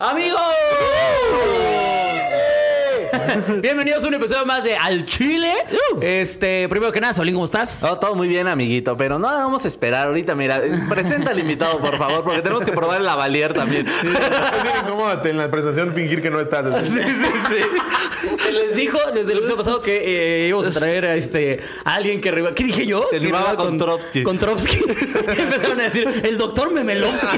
¡Amigos! Bienvenidos a un episodio más de Al Chile. Primero que nada, Solín, ¿cómo estás? Oh, todo muy bien, amiguito, pero no vamos a esperar ahorita. Mira, presenta al invitado, por favor, porque tenemos que probar el lavalier también. Sí, es bien incómodo en la presentación fingir que no estás. Sí. Se les dijo desde el episodio pasado que íbamos a traer a alguien que rimaba. ¿Qué dije yo? Se rimaba con Trovsky. Con Trovsky. Empezaron a decir, el doctor Memelovsky.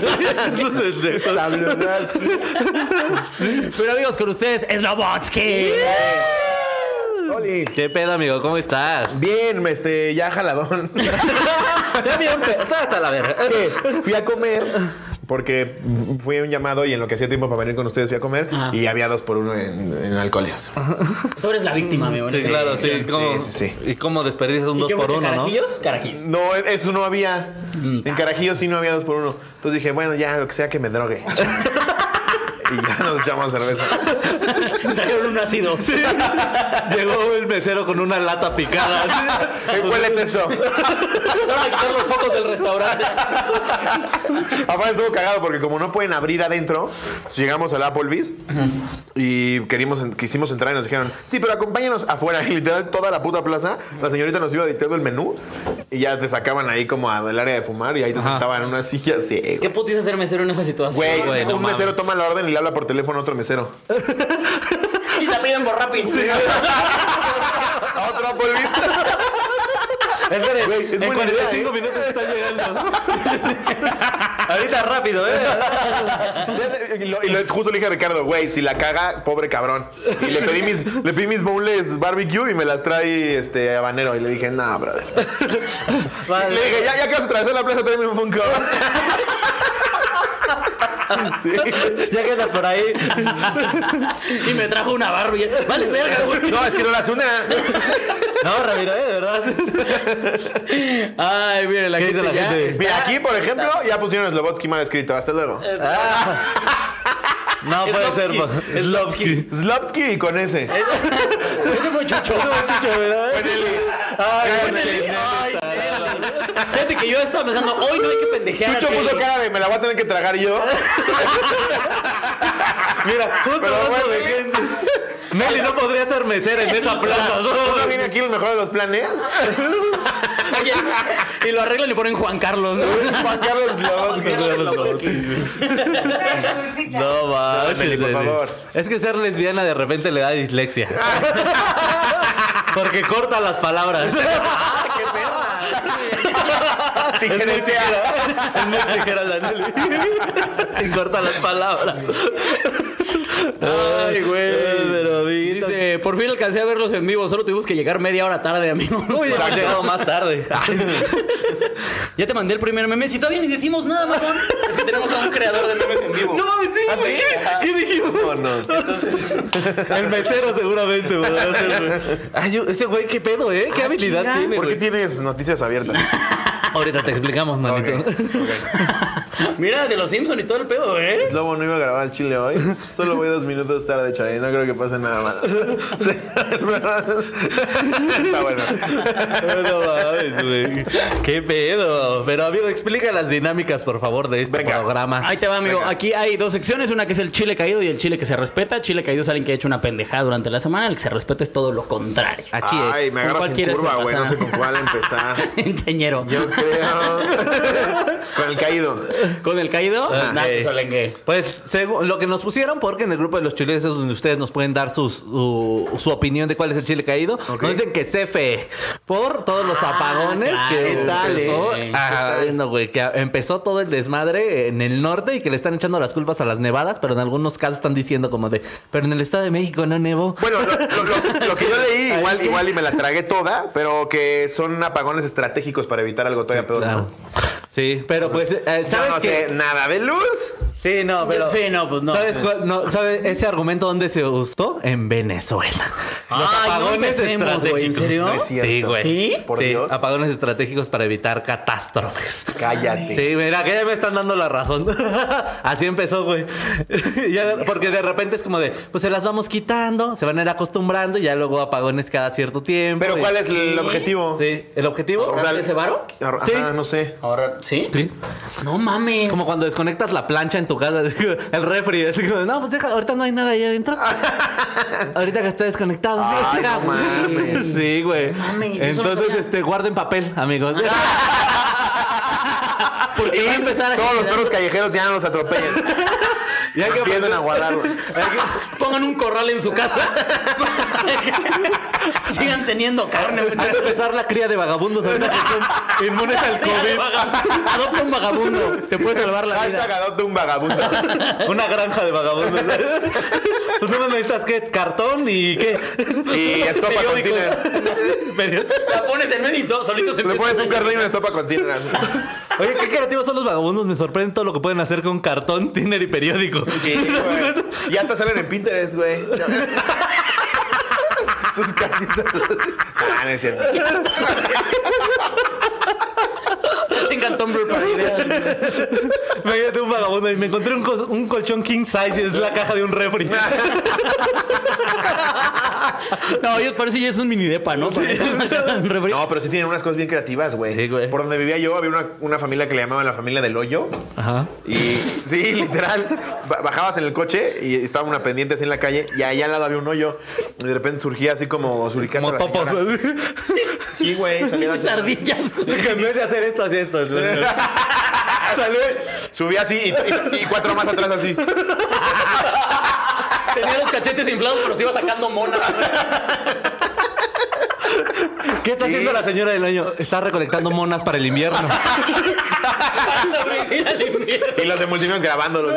Pero amigos, con ustedes, Slobotsky. Oli. ¿Qué pedo, amigo? ¿Cómo estás? Bien, ya jaladón. Ya bien, estás hasta la verga. Fui a comer porque fui a un llamado y en lo que hacía tiempo para venir con ustedes fui a comer y había 2 por 1 en alcoholes. Tú eres la víctima, amigo. Sí, claro, sí. Sí. ¿Y cómo desperdicias un 2 ¿Y qué por fue, 1, no? carajillos? Carajillos. No, eso no había. En Carajillo sí no había 2 por 1. Entonces dije, bueno, ya, lo que sea que me drogue. Y ya nos echamos cerveza. Trajeron un ácido. Sí. Llegó el mesero con una lata picada. Huélete esto. Empezaron a quitar los focos del restaurante. Aparte estuvo cagado porque como no pueden abrir adentro, llegamos al Applebee's y quisimos entrar y nos dijeron, sí, pero acompáñanos afuera. Y literal toda la puta plaza, la señorita nos iba dictando el menú y ya te sacaban ahí como del área de fumar y ahí te sentaban en una silla así. ¿Qué putiza ser mesero en esa situación? Güey, no un mesero toma la orden y le habla por teléfono a otro mesero. Y la piden por Rappi. Sí. A otro Applebee's. Güey, es en buena idea, 45 minutos está llegando. Ahorita rápido, Justo le dije a Ricardo, güey, si la caga, pobre cabrón. Y le pedí mis bowls barbecue y me las trae habanero. Y le dije, nah, brother. Vale. Le dije, ya que vas a atravesar la plaza, tráeme un Funko. Sí. Ya que andas por ahí. Y me trajo una Barbie. Vales verga, güey. No, es que no las una. No, Ramiro, de verdad. Ay, mire, la ¿Qué gente dice la ya gente? está- Mira, aquí, por ejemplo, ya pusieron Slobotsky mal escrito. Hasta luego. No puede ser. Slobotsky. Slobotsky con S. Ese fue Chucho. ¿verdad? Ay, Nelly. Fíjate que yo estaba pensando, hoy no hay que pendejear. Chucho puso cara de me la voy a tener que tragar yo. Mira, justo Pero hablando bueno, de gente. Nelly no podría ser mesera en esa plaza. ¿No viene aquí el mejor de los planes? Oye, y lo arreglan y ponen Juan Carlos, ¿no? Juan Carlos Slobotsky. No manches, Nelly, por Nelly. favor. Es que ser lesbiana de repente le da dislexia. Porque corta las palabras. ¡Ah, qué perra! Tijeretea. Es muy tijera la Nelly. Y corta las palabras. Ay, güey. Pero, amiguito. Dice, por fin alcancé a verlos en vivo. Solo tuvimos que llegar media hora tarde, amigo. Uy, hemos llegado más tarde. Ya te mandé el primer meme. Si todavía ni decimos nada, mamón. Es que tenemos a un creador de memes en vivo. No mames, sí, ¿Ah, güey. sí? ¿Qué dijimos? Vámonos. El mesero seguramente podrá ser, güey. Ay, ese güey, qué pedo, ¿Qué habilidad chinga. tiene, ¿Por qué güey? tienes noticias abiertas? Ahorita te explicamos, manito. Ok. Mira, de los Simpson y todo el pedo, Lobo no iba a grabar el chile hoy. Solo voy 2 minutos tarde, Chay. No creo que pase nada malo. Sí. Está bueno. No mames, güey. Qué pedo. Pero, amigo, explica las dinámicas, por favor, de este Venga. programa. Ahí te va, amigo. Venga. Aquí hay 2 secciones. Una que es el chile caído y el chile que se respeta. Chile caído es alguien que ha hecho una pendejada durante la semana. El que se respeta es todo lo contrario. Achí es. Ay, me ¿Con agarras cuál en quieres curva, güey. No empezar? sé con cuál empezar. Encheñero. Yo creo... Con el caído. ¿Con el caído? Ok. Nah, pues, Olengue. Pues según lo que nos pusieron, porque en el grupo de los chiles es donde ustedes nos pueden dar su opinión de cuál es el chile caído. Ok. Nos dicen que CFE por todos los apagones claro, que empezó, güey. no, güey, que empezó todo el desmadre en el norte y que le están echando las culpas a las nevadas, pero en algunos casos están diciendo como de, pero en el Estado de México no nevó. Bueno, lo que yo leí, igual y me la tragué toda, pero que son apagones estratégicos para evitar algo todavía peor, Claro. ¿no? Sí, pero pues, Yo ¿sabes no qué? sé nada de luz. Sí, no, pero... Sí, no, pues no. ¿Sabes cuál? No, ¿sabes ese argumento dónde se usó? En Venezuela. Ay, no empecemos, güey. ¿En serio? No es cierto. Sí, güey. ¿Sí? Por Sí, Dios. apagones estratégicos para evitar catástrofes. Cállate. Sí, mira, que ya me están dando la razón. Así empezó, güey. Ya, porque de repente es como de, pues se las vamos quitando, se van a ir acostumbrando y ya luego apagones cada cierto tiempo. Pero y- ¿cuál es el objetivo? Sí, ¿el objetivo? O sea, ¿Ahorrarte ese varo? Ajá, Sí. no sé. Ahora, ¿sí? Sí. No mames. Como cuando desconectas la plancha en tu casa, el refri, así como, no, pues deja, ahorita no hay nada ahí adentro. Ahorita que está desconectado. Ay, no mames. Sí, güey. mames, Entonces, guarden papel, amigos. Porque va a empezar a Todos los generar- perros callejeros ya no los atropellen. Y hay que Empiezan a guardar, güey. Pongan un corral en su casa para que sigan teniendo carne. Hay que empezar la cría de vagabundos ahorita que son inmunes al COVID. Adopta un vagabundo. Te puede salvar la vida. Hashtag adopta un vagabundo. Una granja de vagabundos. Pues no necesitas, ¿qué? ¿Cartón y qué? Y estopa con tiner. La pones en medio y todo, solito se Le empieza pones a un cartón y una estopa con tiner. Oye, qué creativos son los vagabundos. Me sorprende todo lo que pueden hacer con cartón, tiner y periódico. Sí, güey. Y hasta salen en Pinterest, güey. Sus casitas. Ah, no es cierto. Chingan Tumblr para ideas. Imagínate un vagabundo y me encontré un colchón king size y es la caja de un refri. No, yo parece que ya es un mini depa, ¿no? No, pero sí tienen unas cosas bien creativas, güey. Sí, güey. Por donde vivía yo había una familia que le llamaban la familia del hoyo. Ajá. Y sí, literal, bajabas en el coche y estaba una pendiente así en la calle y allá al lado había un hoyo. Y de repente surgía así como suricata. Como la topos. señora. Sí, güey. salía Pinches así. ardillas, güey. Que en vez de hacer esto, hacía esto. Salí, subía así y cuatro más atrás así. Tenía los cachetes inflados, pero se iba sacando mona. ¿Qué está haciendo la señora del año? Está recolectando monas para el invierno. Para sobrevivir al invierno. Y los de multimedios grabándolos.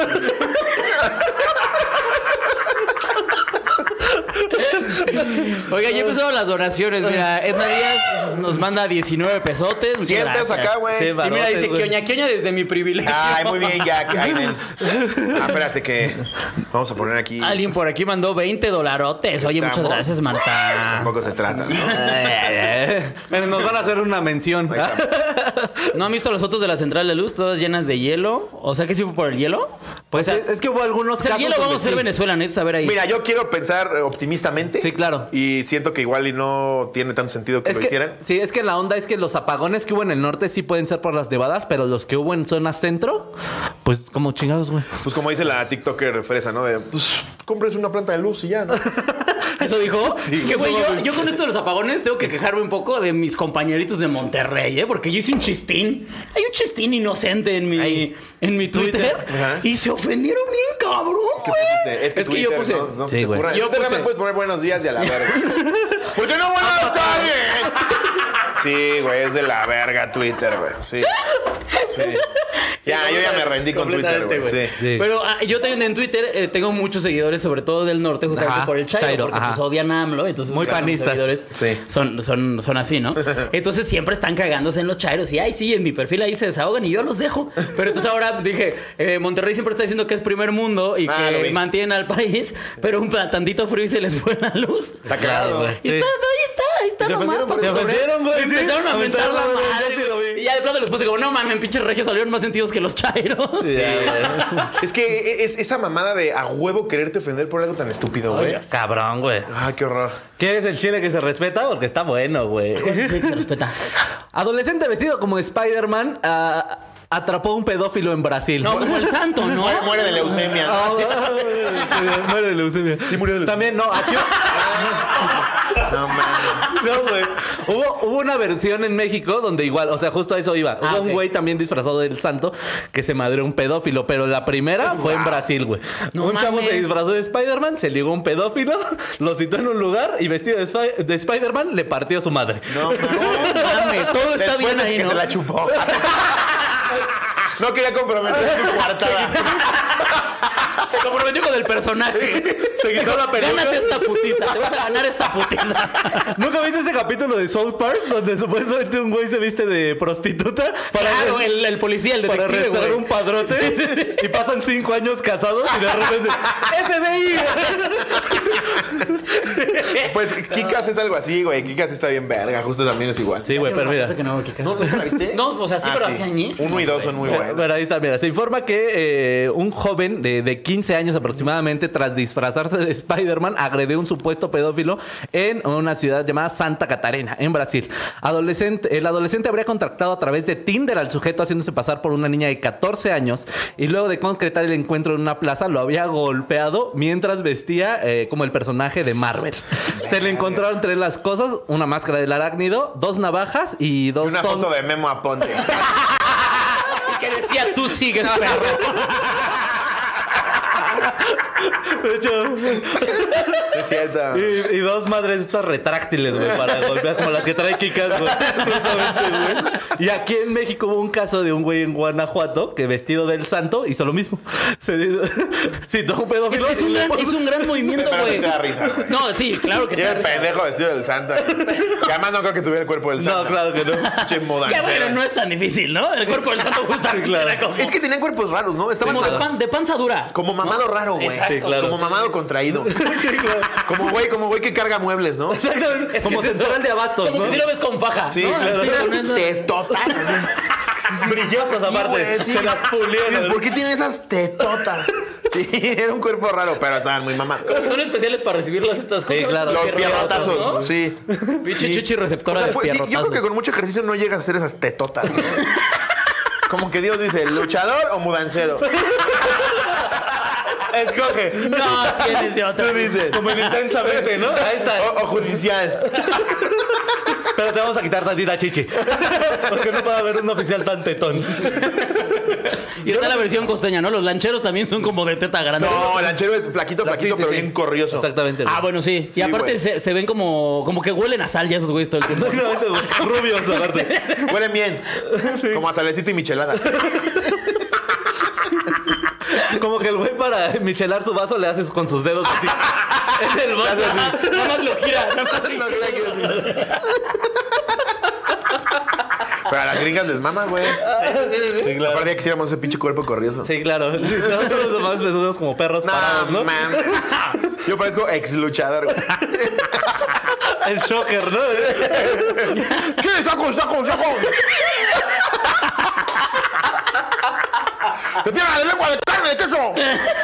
Oiga, ya empezaron las donaciones. Mira, Edna Díaz nos manda 19 pesotes. Muchas Sientes gracias. acá, güey. Sí, Y mira, barotes, dice, güey. Kioña desde mi privilegio. Ay, muy bien, Jack. Aiden. Espérate que vamos a poner aquí. Alguien por aquí mandó 20 dolarotes. Oye, muchas Estamos. gracias, Marta. Tampoco se trata, ¿no? Bueno, nos van a hacer una mención. ¿No han visto las fotos de la central de luz? Todas llenas de hielo. O sea, que sí fue por el hielo. Pues O sea, es que hubo algunos el casos hielo vamos donde a ser sí. Venezuela, necesito saber ahí. Mira, yo quiero pensar optimistamente. Sí, claro. Y siento que igual y no tiene tanto sentido que Es lo que, hicieran. sí, es que la onda es que los apagones que hubo en el norte sí pueden ser por las nevadas, pero los que hubo en zona centro, pues como chingados, güey. Pues como dice la TikToker fresa, ¿no? De, pues, compres una planta de luz y ya, ¿no? ¿Eso dijo? Sí. Que güey, yo con esto de los apagones tengo que quejarme un poco de mis compañeritos de Monterrey, ¿eh? Porque yo hice un chistín. Hay un chistín inocente en mi Twitter. Ajá. Y se ofendieron bien cabrón, güey. Es que yo Twitter, puse... No Sí, se te güey. ocurra. Yo Yo nada puse- más puedes poner buenos días y a la verga. ¿Por qué no buenas tardes? Sí, güey, es de la verga Twitter, güey. Sí. Ya, yo ya me rendí con Twitter, Completamente, güey. Sí. Sí. Pero yo también en Twitter tengo muchos seguidores, sobre todo del norte, justamente Ajá, por el Chairo, porque ajá. pues odian a AMLO. Entonces, Muy pues, los panistas. seguidores Sí. son así, ¿no? Entonces siempre están cagándose en los Chairos. Y ay, sí, en mi perfil ahí se desahogan y yo los dejo. Pero entonces ahora dije, Monterrey siempre está diciendo que es primer mundo y Ah, lo que vi. mantienen al país, pero un tantito frío y se les fue la luz. Está claro, güey. Y Sí. ahí está Se nomás. ofendieron, para se cotorrear. ofendieron, güey, sí. Empezaron a mentar la Aventaron, madre. yo sí lo vi. Y ya de pronto les puse como, no mames, pinches regios salieron más sentidos que los Chairos. Es que es esa mamada de a huevo quererte ofender por algo tan estúpido, güey. Oye, Cabrón, güey. Ay, qué horror. ¿Quieres el chile que se respeta? Porque está bueno, güey. Sí, se respeta. Adolescente vestido como Spider-Man atrapó a un pedófilo en Brasil. No, como el santo, ¿no? Muere de leucemia. Muere de leucemia. Sí, murió de leucemia. También, no, aquí... No mames. No, güey. Hubo una versión en México donde igual, o sea, justo a eso iba. Hubo un ok. güey también disfrazado del santo que se madreó un pedófilo, pero la primera fue en Brasil, güey. No Un chavo mames. se disfrazó de Spider-Man, se ligó a un pedófilo, lo citó en un lugar y vestido de Spider-Man le partió a su madre. No mames. No mames, todo está Después bien de ahí, que ¿no? se la chupó. No quería comprometer su coartada. Se comprometió con el personaje. Se quitó la peluca. Gánate esta putiza, te vas a ganar esta putiza. ¿Nunca viste ese capítulo de South Park donde supuestamente un güey se viste de prostituta Claro, el policía, el para detective, arrestar güey. un padrote y pasan 5 años casados y de repente FBI? Pues Kikas es algo así, güey. Kikas está bien verga. Justo también es igual. Sí, güey, pero mira. Que no, Kika. ¿No la viste? No, o sea, sí, pero hace añísimo. 1 y 2 son muy buenos. Pero ahí está, mira, se informa que un joven joven de 15 años aproximadamente, tras disfrazarse de Spider-Man, agredió a un supuesto pedófilo en una ciudad llamada Santa Catarina, en Brasil. El adolescente habría contactado a través de Tinder al sujeto haciéndose pasar por una niña de 14 años y luego de concretar el encuentro en una plaza lo había golpeado mientras vestía como el personaje de Marvel. Se le encontraron entre las cosas una máscara del arácnido, 2 navajas y 2 una foto de Memo Aponte. Que decía, tú sigues, perro. De hecho, Es cierto. y 2 madres estas retráctiles, güey, para golpear como las que trae Kikas, güey. Justamente, güey. Y aquí en México hubo un caso de un güey en Guanajuato que vestido del santo hizo lo mismo. Citó un pedófilo. Es un gran movimiento, Pero güey. te da risa, güey. No, sí, claro que sí. Y el pendejo vestido del Santa. Que además no creo que tuviera el cuerpo del Santa. No, claro que no. Che, Que bueno, no es tan difícil, ¿no? El cuerpo del santo justamente Claro. era como... Es que tenían cuerpos raros, ¿no? Estaban como de panza dura. como mamado raro, güey. Exacto. Sí, claro. Como mamado contraído. Como güey que carga muebles, ¿no? Exactamente. Es Como que es central de abastos, Como ¿no? que si lo ves con faja. Sí, ¿no? claro. Así, Tetotas. Brillosas Sí, aparte. güey, sí. Se las pulieron. ¿Por qué tienen esas tetotas? Sí, era un cuerpo raro, pero estaban muy mamados. Son especiales para recibirlas estas cosas. Sí, claro. Los pierrotazos, pierrotazos, ¿no? sí. Pinche chichi receptora O sea, de pues, sí, yo pierrotazos. creo que con mucho ejercicio no llegas a hacer esas tetotas, ¿no? Como que Dios dice, ¿luchador o mudancero? Escoge. No, tienes de otra. Tú dices. Como en intensamente, ¿no? Ahí está. O judicial. Pero te vamos a quitar tantita chichi. Porque no puede haber un oficial tan tetón. Y está la versión costeña, ¿no? Los lancheros también son como de teta grande. No, el lanchero es flaquito, pero Sí. bien corrioso. Exactamente. Ah, bueno, sí. Y Sí, aparte güey. se ven como que huelen a sal ya esos güeyes todo el tiempo. Exactamente, güey. Rubios, aparte. Huelen bien. Como a salecito y michelada. Como que el güey para michelar su vaso le haces con sus dedos así. En el vaso así. Nada más lo gira. Nada más. Lo que hay que decir. Pero a las gringas les mama, güey. Sí, claro. Aparte ya quisiéramos ese pinche cuerpo corrioso. Sí, claro. Sí, nosotros los más besudos como perros parados, ¿no? man. Yo parezco ex luchador, güey. El shocker, ¿no? ¿Qué? ¡Saco! ¡Te pierdas de lengua de carne, de queso!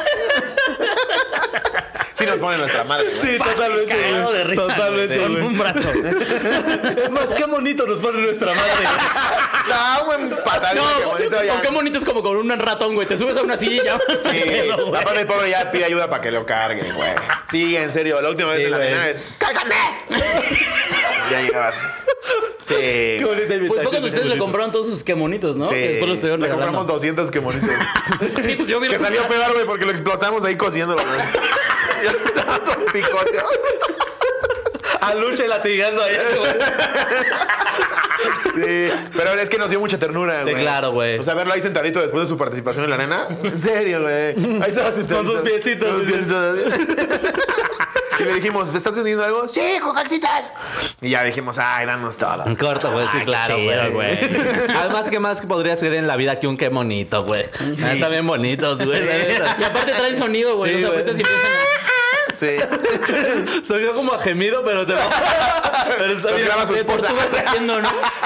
Sí nos pone nuestra madre, güey. Sí, totalmente. Cagado güey. de risa. Totalmente, Con güey. un brazo. Es más, qué bonito nos pone nuestra madre. No, güey, patadita, qué bonito No, ya. qué bonito es como con un ratón, güey. Te subes a una silla y ya. Sí, aparte el pobre ya pide ayuda para que lo carguen, güey. Sí, en serio, la última vez Sí, en la güey. cena es ¡cárgame! Ya llegabas. Sí. Qué bonita Pues imitación. fue cuando ustedes le compraron todos sus quemonitos, ¿no? Sí. Que después los estuvieron Le regalando. compramos 200 que bonitos. Sí, pues yo vi Que los salió peor, güey, porque lo explotamos ahí cociéndolo, güey. Ya estaba todo picote. A Lucha latigando allá, güey. Sí, pero es que nos dio mucha ternura, güey. claro, güey. O sea, verlo ahí sentadito después de su participación en la nena. En serio, güey. Ahí estaba sentadito. Con sus piecitos. Con sus piecitos. Y le dijimos, ¿te estás vendiendo algo? Sí, cocactitas. Y ya dijimos, ay, danos todo. En corto, güey, sí, Ay, qué claro, chido, güey. Además, ¿qué más podría ser en la vida que un qué bonito, güey? Están bien bonitos, güey. Y aparte traen sonido, güey. Sí, Los güey. aprietas y empiezan a... Sí. Soy como a gemido, pero te Pero está Lo bien. graba su de esposa. tortuga haciendo, ¿no?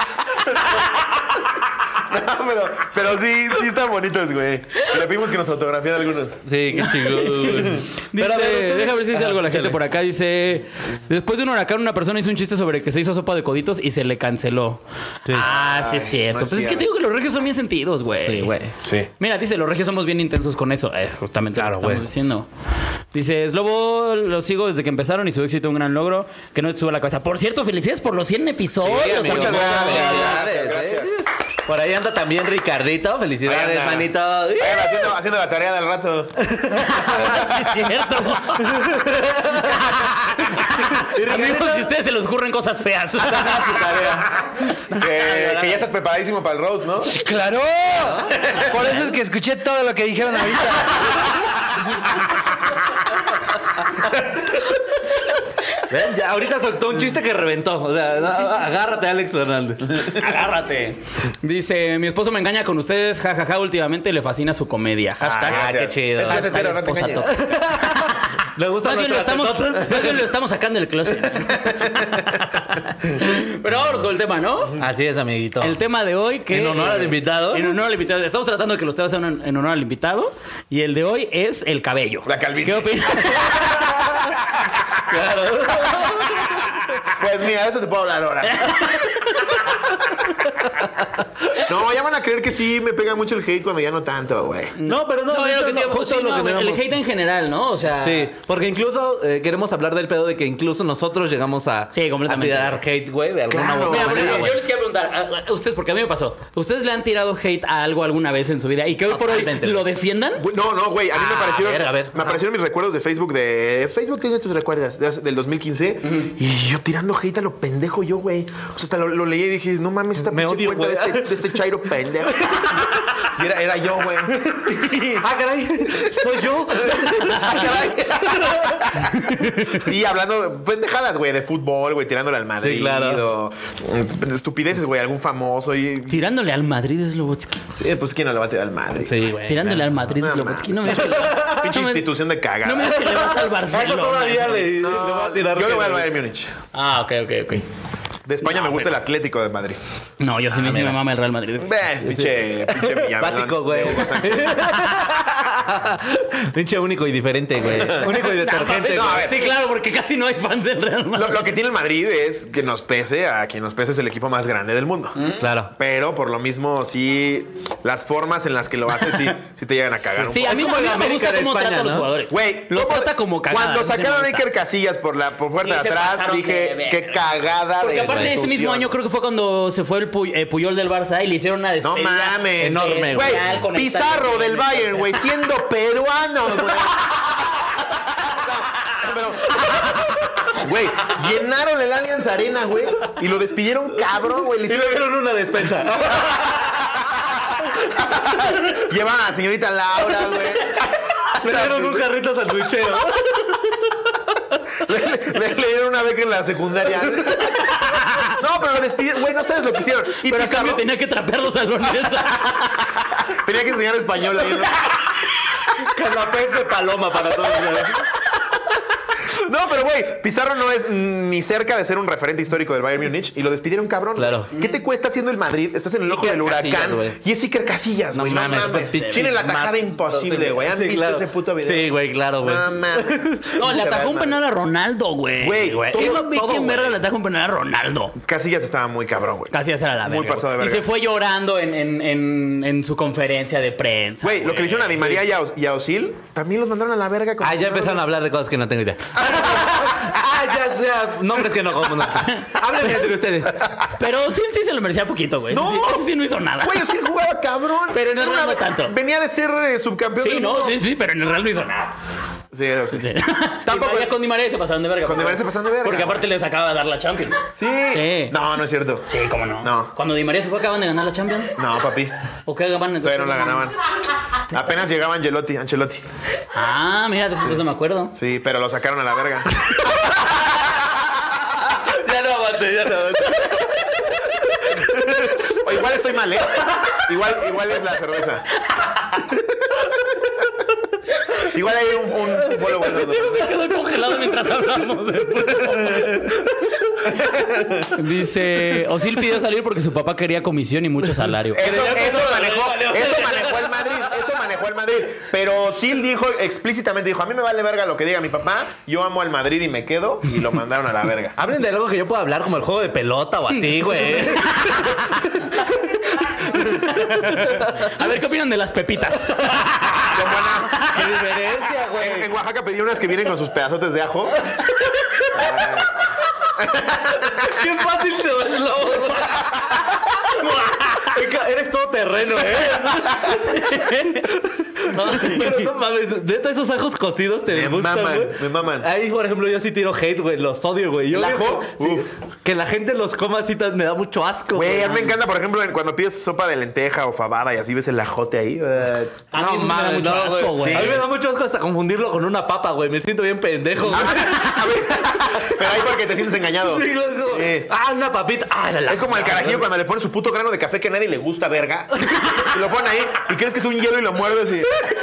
No, pero sí están bonitos, güey. Le pedimos que nos autografían algunos. Sí, qué chingón. Dice, Pero a ver, ustedes- deja ver si dice algo la gente échale. por acá. Dice, después de un huracán, una persona hizo un chiste sobre que se hizo sopa de coditos y se le canceló. Sí. Ah, sí es Ay, cierto. no es Pues es que cierto. te digo que los regios son bien sentidos, güey. Sí, güey. Sí. Mira, dice, los regios somos bien intensos con eso. Es justamente Claro, lo que estamos güey. diciendo. Dice, Slobo, lo sigo desde que empezaron y su éxito un gran logro. Que no te suba la cabeza. Por cierto, felicidades por los 100 episodios. Sí, amigo. Muchas gracias. Felicidades, Por ahí anda también Ricardito. Felicidades, Ahí anda. manito. Vayan haciendo la tarea del rato. Sí, es cierto. Amigos, si a ustedes se les ocurren cosas feas. Que ya estás preparadísimo para el roast, ¿no? ¡Claro! Por eso es que escuché todo lo que dijeron ahorita. ¿Ven? Ya, ahorita soltó un chiste que reventó. O sea, agárrate, Alex Fernández. Agárrate. Dice, mi esposo me engaña con ustedes, jajaja, últimamente le fascina su comedia. Hashtag, Ah, qué chido. Es que es hashtag hetero, no te esposa engañes. tóxica. Le gusta Más bien lo estamos sacando del closet. Pero vámonos con el tema, ¿no? Así es, amiguito. El tema de hoy que... En honor al invitado. En honor al invitado. Estamos tratando de que los temas sean en honor al invitado. Y el de hoy es el cabello. La calvicie. ¿Qué opinas? Claro. Pues mira, de eso te puedo hablar ahora. No, ya van a creer que sí me pega mucho el hate cuando ya no tanto, güey. No, pero no, No, esto lo que no, te justo sí, lo no, que el tenemos. hate en general, ¿no? O sea... Sí, porque incluso queremos hablar del pedo de que incluso nosotros llegamos a, Sí, completamente. a tirar hate, güey, de alguna Claro. u otra Mira, por manera, ejemplo, güey. yo les quiero preguntar a ustedes, porque a mí me pasó. ¿Ustedes le han tirado hate a algo alguna vez en su vida y que hoy por hoy Totalmente. lo defiendan? No, güey, a mí me aparecieron. a ver. Me aparecieron mis recuerdos de Facebook Facebook tiene tus recuerdos del 2015. Y yo tirando hate a lo pendejo yo, güey. O sea, hasta lo leí y dije, no mames, esta Me pinche odio, cuenta güey. de este chairo pendejo. Y era yo, güey. Ah, caray, soy yo. Sí, hablando pendejadas, güey, de fútbol, güey, tirándole al Madrid. Sí, claro. O estupideces, güey, algún famoso. Tirándole al Madrid Slobotsky. Sí, pues quién no le va a tirar al Madrid. Sí, güey. Tirándole al Madrid No, Slobotsky. mames. No me digas que le vas, Pinche no me- institución de cagada. no me digas que le vas al Barcelona. Eso todavía le No, va a tirar. yo le voy hate, al güey. Bayern Múnich. Ah, ok. De España me gusta el Atlético de Madrid. No, yo sí me mira. mama el Real Madrid. Pinche Villamelón. Básico, güey. De Hugo Sánchez. Pinche único y diferente, güey. Único y detergente, No, güey. a ver. Sí, claro, porque casi no hay fans del Real Madrid. Lo que tiene el Madrid es que nos pese a quien nos pese es el equipo más grande del mundo. Claro. Pero por lo mismo, sí, las formas en las que lo hace, sí te llegan a cagar. un Sí, poco. a mí, como a mí el no me América gusta de cómo España, trata a los ¿no? jugadores. Güey, Los ¿cómo? trata como cagadas. Cuando eso sí me sacaron a gusta. Iker Casillas por puerta Sí, de se atrás, pasaron dije, de verga. qué cagada Porque de aparte de ese mismo institución. año creo que fue cuando se fue el Puyol del Barça y le hicieron una No despedida mames. Enorme, güey. especial con el Pizarro estadio del Bayern, güey, siendo peruano, güey. Güey, llenaron el Allianz Arena, güey, y lo despidieron cabrón, güey. Y le dieron una despensa. Llevan a la señorita Laura, güey. Le dieron un carrito sandwichero. Le dieron una beca en la secundaria. No, pero lo despidieron, güey, no sabes lo que hicieron. Y Pero Pizarro Pizarro tenía que trapear los salones. tenía que enseñar español ahí. Canapés de paloma para todos. No, pero güey, Pizarro no es ni cerca de ser un referente histórico del Bayern Múnich y lo despidieron cabrón. Claro. ¿Qué te cuesta siendo el Madrid? Estás en el ojo Iker del huracán Casillas, güey. y es Iker Casillas, No güey. mames, ese pinche Tiene la tajada más- imposible, güey. ¿Han Sí, visto claro. ese puto video? Sí, güey, claro, güey. No mames. No, le Se atajó va un mal. penal a Ronaldo, güey. Güey, todo- Eso vi todo, quién güey. verga le atajó un penal a Ronaldo. Casillas estaba muy cabrón, güey. Casi hacer a la Muy verga. pasado de güey. Y verga. se fue llorando en su conferencia de prensa. Güey, lo que le hicieron a Di María y a Ozil, también los mandaron a la verga. Ah, ya empezaron a hablar de cosas que no tengo idea. Ya sea nombres que no conozco. Hablen entre ustedes. Pero sí se lo merecía poquito, güey. No. Ese sí no hizo nada. Güey, Ozil jugaba cabrón. Pero en el Era Real una- no tanto. Venía de ser subcampeón Sí, del no, mundo. sí, pero en el Real no hizo nada. Sí, sí. Sí. Tampoco- Ya con Di María se pasaron de verga. Con Di María se pasaron de verga, Porque güey. aparte les acaba de dar la Champions. Sí. Sí. No, no es cierto. Sí, cómo no. No. Cuando Di María se fue, acaban de ganar la Champions. No, papi. ¿O qué acaban? Todavía no la ganaban. Apenas llegaba Ancelotti. Ah, mira, de eso no me acuerdo. Sí, pero lo sacaron a la verga. Ya no aguante. O igual estoy mal, ¿eh? Igual es la cerveza. Igual hay un vuelo bueno. Se quedó congelado mientras hablamos. Dice, Ozil pidió salir porque su papá quería comisión y mucho salario. Eso manejó el Madrid. Pero Ozil dijo explícitamente, a mí me vale verga lo que diga mi papá, yo amo al Madrid y me quedo, y lo mandaron a la verga. Hablen de algo que yo pueda hablar, como el juego de pelota o así, güey. A ver, ¿qué opinan de las pepitas? Con buena- Qué diferencia, güey. En Oaxaca pedí unas que vienen con sus pedazotes de ajo. Qué fácil se va el lobo. Eres todo terreno, Pero no mames, neta, esos ajos cocidos te Me gustan, maman, güey. me maman. Ahí, por ejemplo, yo sí tiro hate, güey. Los odio, güey. Yo ¿El ajo? sí, Uf. que la gente los coma así me da mucho asco, Güey, a mí me encanta, por ejemplo, cuando pides sopa de lenteja o fabada y así ves el ajote ahí. A mí eso sí me da mucho asco, güey. A mí me da mucho asco hasta confundirlo con una papa, güey. Me siento bien pendejo, güey. A ver, pero ahí porque te sientes engañado. Sí, güey, es como, Sí. una papita. Era la Es como el carajillo cuando le pones su puto grano de café que a nadie le gusta, verga. Y lo ponen ahí y crees que es un hielo y lo muerdes y...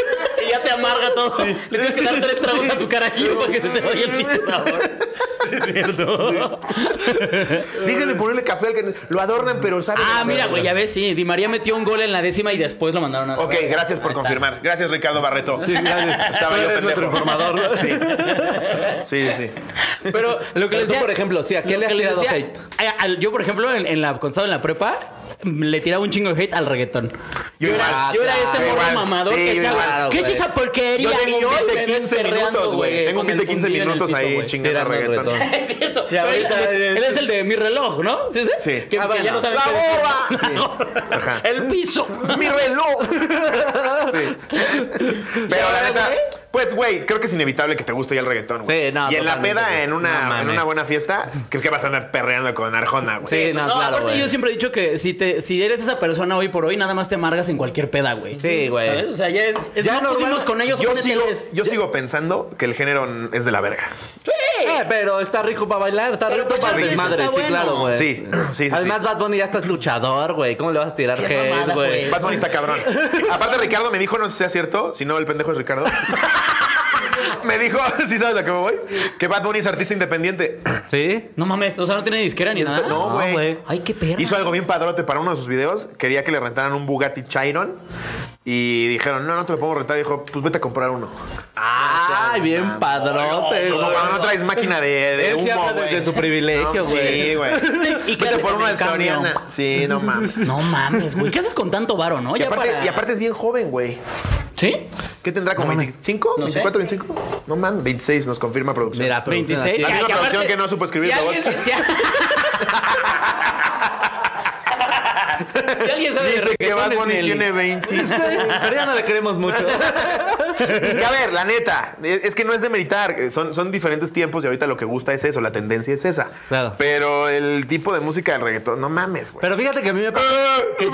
Y ya te amarga todo. Le tienes que dar 3 tragos a tu carajillo para que se te vaya el pinche sabor. Sí, es cierto. Díganle ponerle café al que lo adornan, pero sabe. Mira, güey, ya ves, sí. Di María metió un gol en la 10ª y después lo mandaron a... Ok, gracias por Ahí está. confirmar. Gracias, Ricardo Barreto. Sí, gracias. Estaba yo Eres nuestro pendejo. informador. Sí. Pero lo que Pero le decía... tú, por ejemplo, sí, ¿a quién lo le has que les tirado decía, yo, por ejemplo, cuando estaba en la prepa, le tiraba un chingo de hate al reggaetón. Yo era ese morro igual. mamador Sí, que yo decía, igual, ¿qué es güey. esa porquería? Yo tengo Y un hoy beat me de ves 15 perreando, minutos, güey. Tengo un con beat de el 15 fundido en el minutos piso, ahí güey. chingando Tirando reggaetón. reggaetón. Es cierto. Y ahorita Pero él es- es el de mi reloj, ¿no? ¿Sí? Sí. Que ya bueno. no saben ¡La qué decir. boba! Ajá. El piso. ¡Mi reloj! Sí. Pero la ahora, neta, güey? pues, güey, creo que es inevitable que te guste ya el reggaetón, güey. Sí, no, y en la totalmente, peda, güey. en No una mames. buena fiesta, creo que vas a andar perreando con Arjona, güey. Sí, no, No, claro, aparte güey. yo siempre he dicho que si eres esa persona hoy por hoy, nada más te amargas en cualquier peda, güey. Sí, güey. ¿Sabes? O sea, ya es Ya no normal- pudimos con ellos, Yo sigo pensando que el género es de la verga. Pero está rico para bailar, está Pero rico para para echarle eso desmadre, está sí, bueno. claro, güey. Sí. Además, Bad Bunny ya estás luchador, güey. ¿Cómo le vas a tirar Qué hate, mamada güey? fue. Bad Bunny está cabrón. Aparte, Ricardo me dijo, no sé si sea cierto, si no, el pendejo es Ricardo. Me dijo, ¿sí sabes a qué me voy? Que Bad Bunny es artista independiente. ¿Sí? No mames, o sea, no tiene disquera ni nada. No, güey. Ay, qué perra. Hizo algo bien padrote para uno de sus videos. Quería que le rentaran un Bugatti Chiron. Y dijeron, no te lo podemos rentar. Dijo, pues vete a comprar uno. Ay, bien padrote, Como güey. cuando no traes máquina de Él sí humo, habla güey. desde su privilegio, No, güey. Sí, güey. ¿Y qué Vete hace por con uno el de cambio? Soriana. Sí, no mames. No mames, güey. ¿Qué haces con tanto varo, no? Y aparte es bien joven, güey. ¿Sí? ¿Qué tendrá? ¿Como 25? No sé. ¿24, 25? No mames, 26 nos confirma producción. Mira, producción 26. aquí. La misma Que producción aparte, que no supo escribir si esa alguien, voz. si alguien sabe de Dice que Bad reggaetón, es Bunny Nelly. tiene 26. Pero ya no le queremos mucho. Que a ver, la neta, es que no es de meritar, son diferentes tiempos y ahorita lo que gusta es eso, la tendencia es esa. Claro. Pero el tipo de música del reggaetón, no mames, güey. Pero fíjate que a mí me pasó que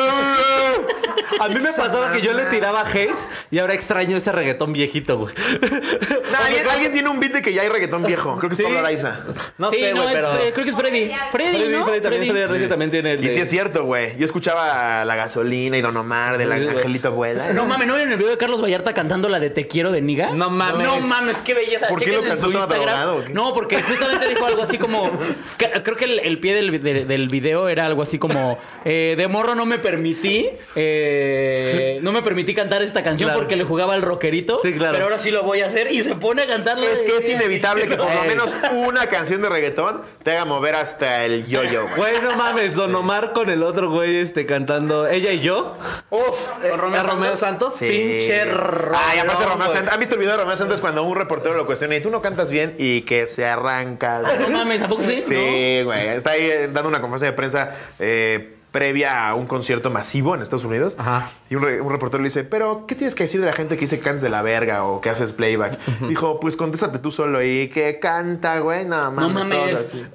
a mí me pasaba que yo le tiraba hate y ahora extraño ese reggaetón viejito, güey. No, alguien tiene un beat de que ya hay reggaetón viejo. Creo que es Sí. Pablo Araiza. No Sí, sé, no, güey, pero creo que es Freddy. Freddy, ¿no? Freddy también, Freddy Regio también tiene el Y de- sí es cierto, güey. Yo escuchaba La Gasolina y Don Omar de la Sí, güey. Angelito Abuela. No mames, ¿no vieron el video de Carlos Vallarta cantando la de Te quiero de Niga? No mames. No mames, qué belleza. ¿Por qué Chequen lo en cantó su todo Instagram. drogado, o qué? No, porque justamente dijo algo así como... Creo que el pie del video era algo así como... de morro no me permití... no me permití cantar esta canción Claro. porque le jugaba al rockerito. Sí, claro. Pero ahora sí lo voy a hacer y se pone a cantarla. Es que es inevitable que por lo Ey. menos una canción de reggaetón te haga mover hasta el yo-yo, güey. Güey, no mames, Don Omar con el otro güey cantando Ella y yo. Uf, con Romeo Santos. Sí. Pinche Ay, aparte rolón, Romeo güey. Santos. ¿Han visto el video de Romeo Santos cuando un reportero lo cuestiona y tú no cantas bien y que se arranca? güey? No mames, ¿a poco sí? Sí, güey. Está ahí dando una conferencia de prensa previa a un concierto masivo en Estados Unidos. Ajá. Y un reportero le dice, pero ¿qué tienes que decir de la gente que dice que cantas de la verga o que haces playback? Dijo, pues contéstate tú solo y que canta, güey. No mames. No mames. todos así.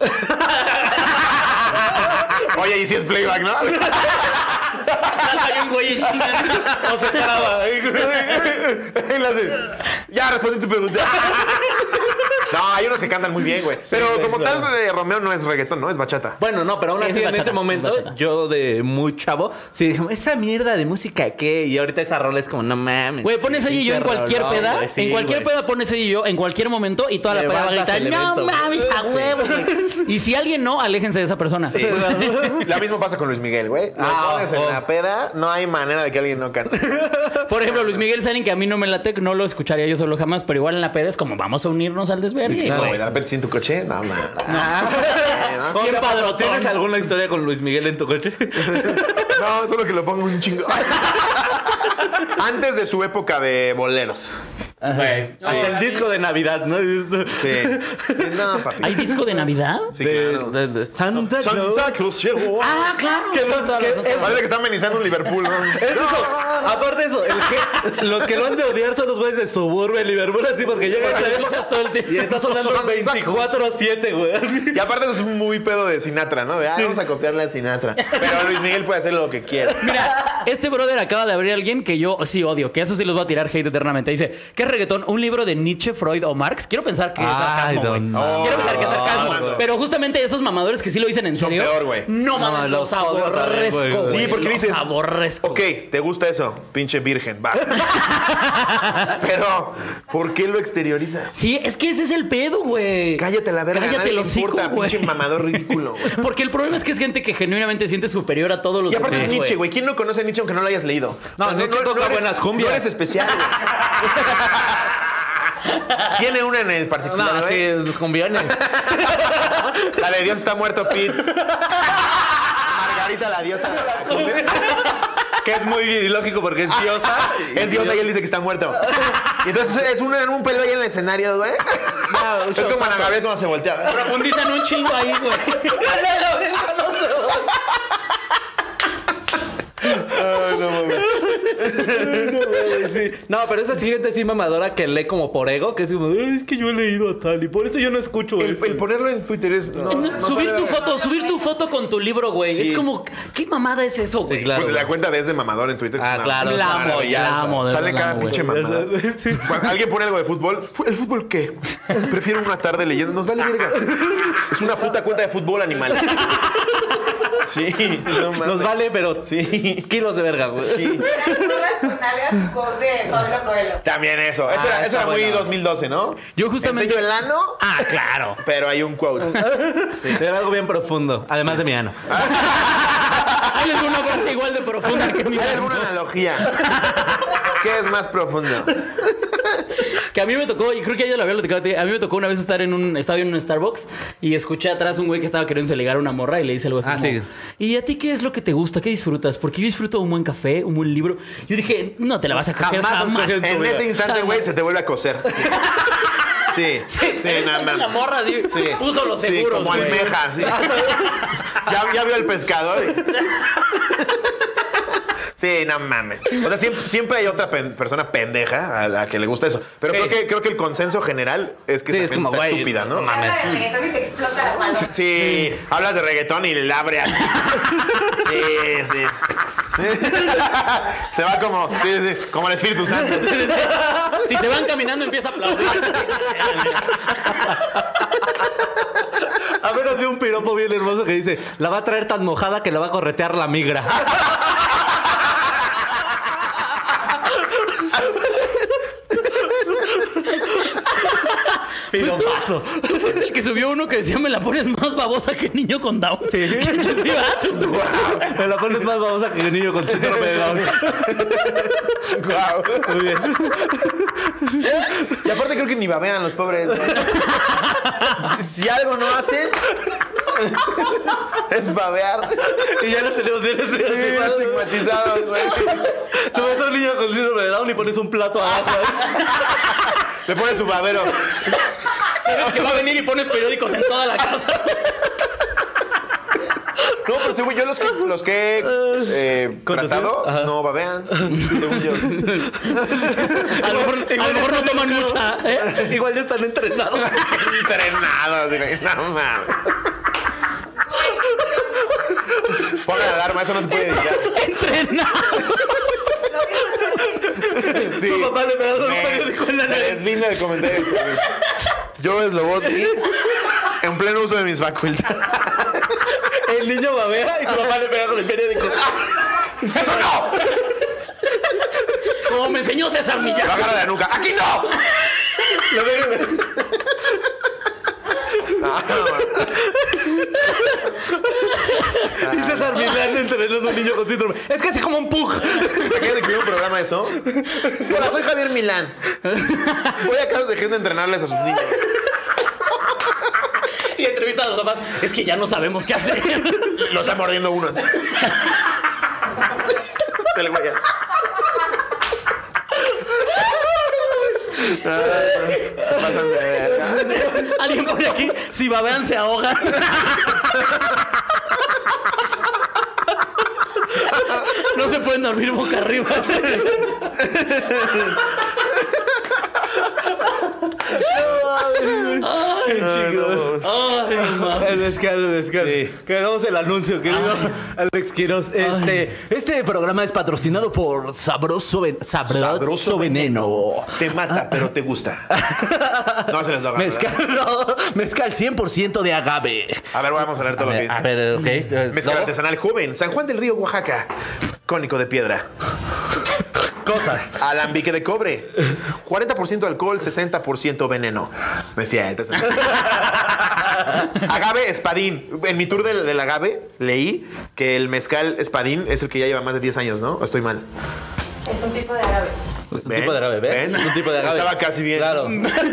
Oye, y si es playback, ¿no? Hay un güey en China. O se paraba. Y le hace, ya respondí tu pregunta. No, hay unos que cantan muy bien, güey. Pero güey, como claro. tal, Romeo no es reggaetón, ¿no? Es bachata. Bueno, no, pero aún Sí, así es en bachata, ese es momento, bachata. yo de muy chavo, sí dije, esa mierda de música qué, y ahorita esa rola es como, no mames. Güey, pones ella y yo en pinche cualquier rolón, peda. güey, sí, en cualquier güey. peda pones ella y yo en cualquier momento y toda la peda va a Levantas gritar, el no evento, mames, a güey. huevo, güey. Y si alguien no, aléjense de esa persona. Sí. Lo mismo pasa con Luis Miguel, güey. Lo pones en la peda, no hay manera de que alguien no cante. Por ejemplo, Luis Miguel, saben que a mí no me late, no lo escucharía yo solo jamás, pero igual en la peda es como vamos a unirnos al desvergue, No, güey. güey, de repente sí en tu coche, no, man. Oye, Bien padrotón. ¿Tienes alguna historia con Luis Miguel en tu coche? No, solo que lo pongo un chingo. Antes de su época de boleros. Güey. Hasta el disco de Navidad, ¿no? Sí. No, papi. ¿Hay disco de Navidad? Sí, de, claro. de Santa Claus. Santa Claus llegó. Ah, claro. Que sí, los- todas que las otras. Parece que está amenizando un Liverpool, ¿no? Es eso. Aparte de eso, los que lo han de odiar son los güeyes de Suburbia, Liverpool, así porque llegan Porque a le escuchas todo el tiempo. y está sonando Santa 24/7, güey. así. Y aparte es muy pedo de Sinatra, ¿no? De, vamos a copiarle a Sinatra. Pero Luis Miguel puede hacer lo que quiera. Mira, Este brother acaba de abrir a alguien que yo sí odio, que eso sí los voy a tirar hate eternamente. Dice, ¿qué es reggaetón? ¿Un libro de Nietzsche, Freud o Marx? Quiero pensar que es sarcasmo, güey. Quiero pensar que es sarcasmo. Pero justamente esos mamadores que sí lo dicen en serio. Son peor, güey. No mames, los aborrezco, güey. Sí, porque los dices, aborrezco. Ok, ¿te gusta eso? Pinche virgen, va. Pero, ¿por qué lo exteriorizas? Sí, es que ese es el pedo, güey. Cállate la verga, Cállate nadie los le importa, güey. pinche mamador ridículo, güey. Porque el problema es que es gente que genuinamente siente superior a todos los Y aparte es demás, Nietzsche, güey. ¿Quién no conoce a Nietzsche aunque no lo hayas leído? No, Nietzsche toca eres- buenas cumbias. No eres especial, güey. ¿Tiene una en el particular, No, güey? sí, conviene. La de Dios está muerto, Fit. Margarita la diosa. Que es muy ilógico porque es diosa. Es diosa y él dice que está muerto. Y entonces es un pelo ahí en el escenario, güey. No, Es como Ana Gabriel cuando se voltea. Profundizan un chingo ahí, güey. Sí. No, pero esa gente sí mamadora que lee como por ego, que es como, "Ay, es que yo he leído a tal y por eso yo no escucho eso. El ponerlo en Twitter es... no Subir tu foto con tu libro, güey. Sí. Es como, ¿qué mamada es eso, güey? Sí, claro. Pues la cuenta de Es de Mamador en Twitter. que Ah, es una claro. La amo, maravilla. la amo, de Sale verdad, cada la amo, pinche güey. mamada. Cuando alguien pone algo de fútbol, ¿el fútbol qué? Prefiero una tarde leyendo. Nos vale verga. Es una puta cuenta de fútbol, animal. Sí, no mames. Nos vale, pero Sí. kilos de verga, güey. Sí. Con algas de Pablo Coelho. También eso. Eso Ah, era está muy buena. 2012, ¿no? Yo justamente- Enseño el ano, Ah, claro. pero hay un quote. Era algo bien profundo, además de mi ano. Hay alguna parte igual de profunda que mi ¿Hay ano. alguna analogía? ¿Qué es más profundo? Que a mí me tocó, y creo que ya lo había platicado, a mí me tocó una vez estaba en un Starbucks y escuché atrás un güey que estaba queriendo ligar a una morra y le dice algo así Ah, como, sí. ¿y a ti qué es lo que te gusta? ¿Qué disfrutas? Porque yo disfruto un buen café, un buen libro. Yo dije, no te la vas a coger jamás. En ese instante, güey, se te vuelve a coser. Sí, nada más. La morra así puso los seguros, Sí, como güey. almeja, sí. ya vio el pescador. Sí, no mames. O sea, siempre hay otra persona pendeja a la que le gusta eso. Pero Sí. creo que el consenso general es que Sí, esa es gente como, está güey, estúpida, ¿no? no mames. Habla de reggaetón y te explota la mano. Sí, hablas de reggaetón y le abre así. Sí. Se va como el Espíritu Santo. Si se van caminando empieza a aplaudir. Apenas vi un piropo bien hermoso que dice, la va a traer tan mojada que la va a corretear la migra. Piropazo. ¿Tú fuiste el que subió uno que decía me la pones más babosa que niño con Down? Sí. ¿Sí va? Me la pones más babosa que el niño con síndrome de Down. Guau. Muy bien. Y aparte creo que ni babean los pobres. Si algo no hacen, es babear. Y ya lo tenemos bien Estigmatizados, güey. Tú ves a un niño con síndrome de Down y pones un plato abajo. Le pones su babero. Sabes que va a venir y pones periódicos en toda la casa. No, pero sí, güey, yo los que he tratado Ajá. no babean. Según yo. A lo mejor no toman mucha, ¿eh? Igual ya están entrenados. Entrenados, güey. No mames. Pongan la alarma, eso no se puede editar. Entrenado. Sí. Su papá le pegó un Me- periódico en la me nariz. deslinda de comentarios. Yo es Lobotsky en pleno uso de mis facultades. El niño babea y su papá le pega con el periódico. ¡Eso no! Como me enseñó César Lo Millán. agarra de la nuca. ¡Aquí no! Lo pega. Y César Milán entrenando a un niño con síndrome. Es que así como un pug. Imagínate que vi un programa de eso. Hola, soy Javier Milán. Voy a casas de gente a entrenarles a sus niños. Y entrevista a los papás. Es que ya no sabemos qué hacer. Lo está mordiendo uno. así. Te lo voy a... Pasan de verga. Alguien pone aquí, si babean se ahogan. No se pueden dormir boca arriba. Ay, chicos. Ay, mamá. El mezcal. Sí. Quedamos el anuncio, querido Alex Quiroz. Este programa es patrocinado por Sabroso Veneno. Te mata, pero te gusta. No se les lo hagan. Mezcal 100% de agave. A ver, vamos a leer todo lo que dice. A ver, ok. Mezcal artesanal joven, San Juan del Río, Oaxaca. Cónico de piedra. Cosas. Alambique de cobre. 40% alcohol, 60% veneno. Me decía, entonces. Agave espadín. En mi tour del agave leí que el mezcal espadín es el que ya lleva más de 10 años, ¿no? ¿O estoy mal? Es un tipo de agave. Es un tipo de agave, ¿ves? ¿Ven? Es un tipo de agave. Estaba casi bien. Claro.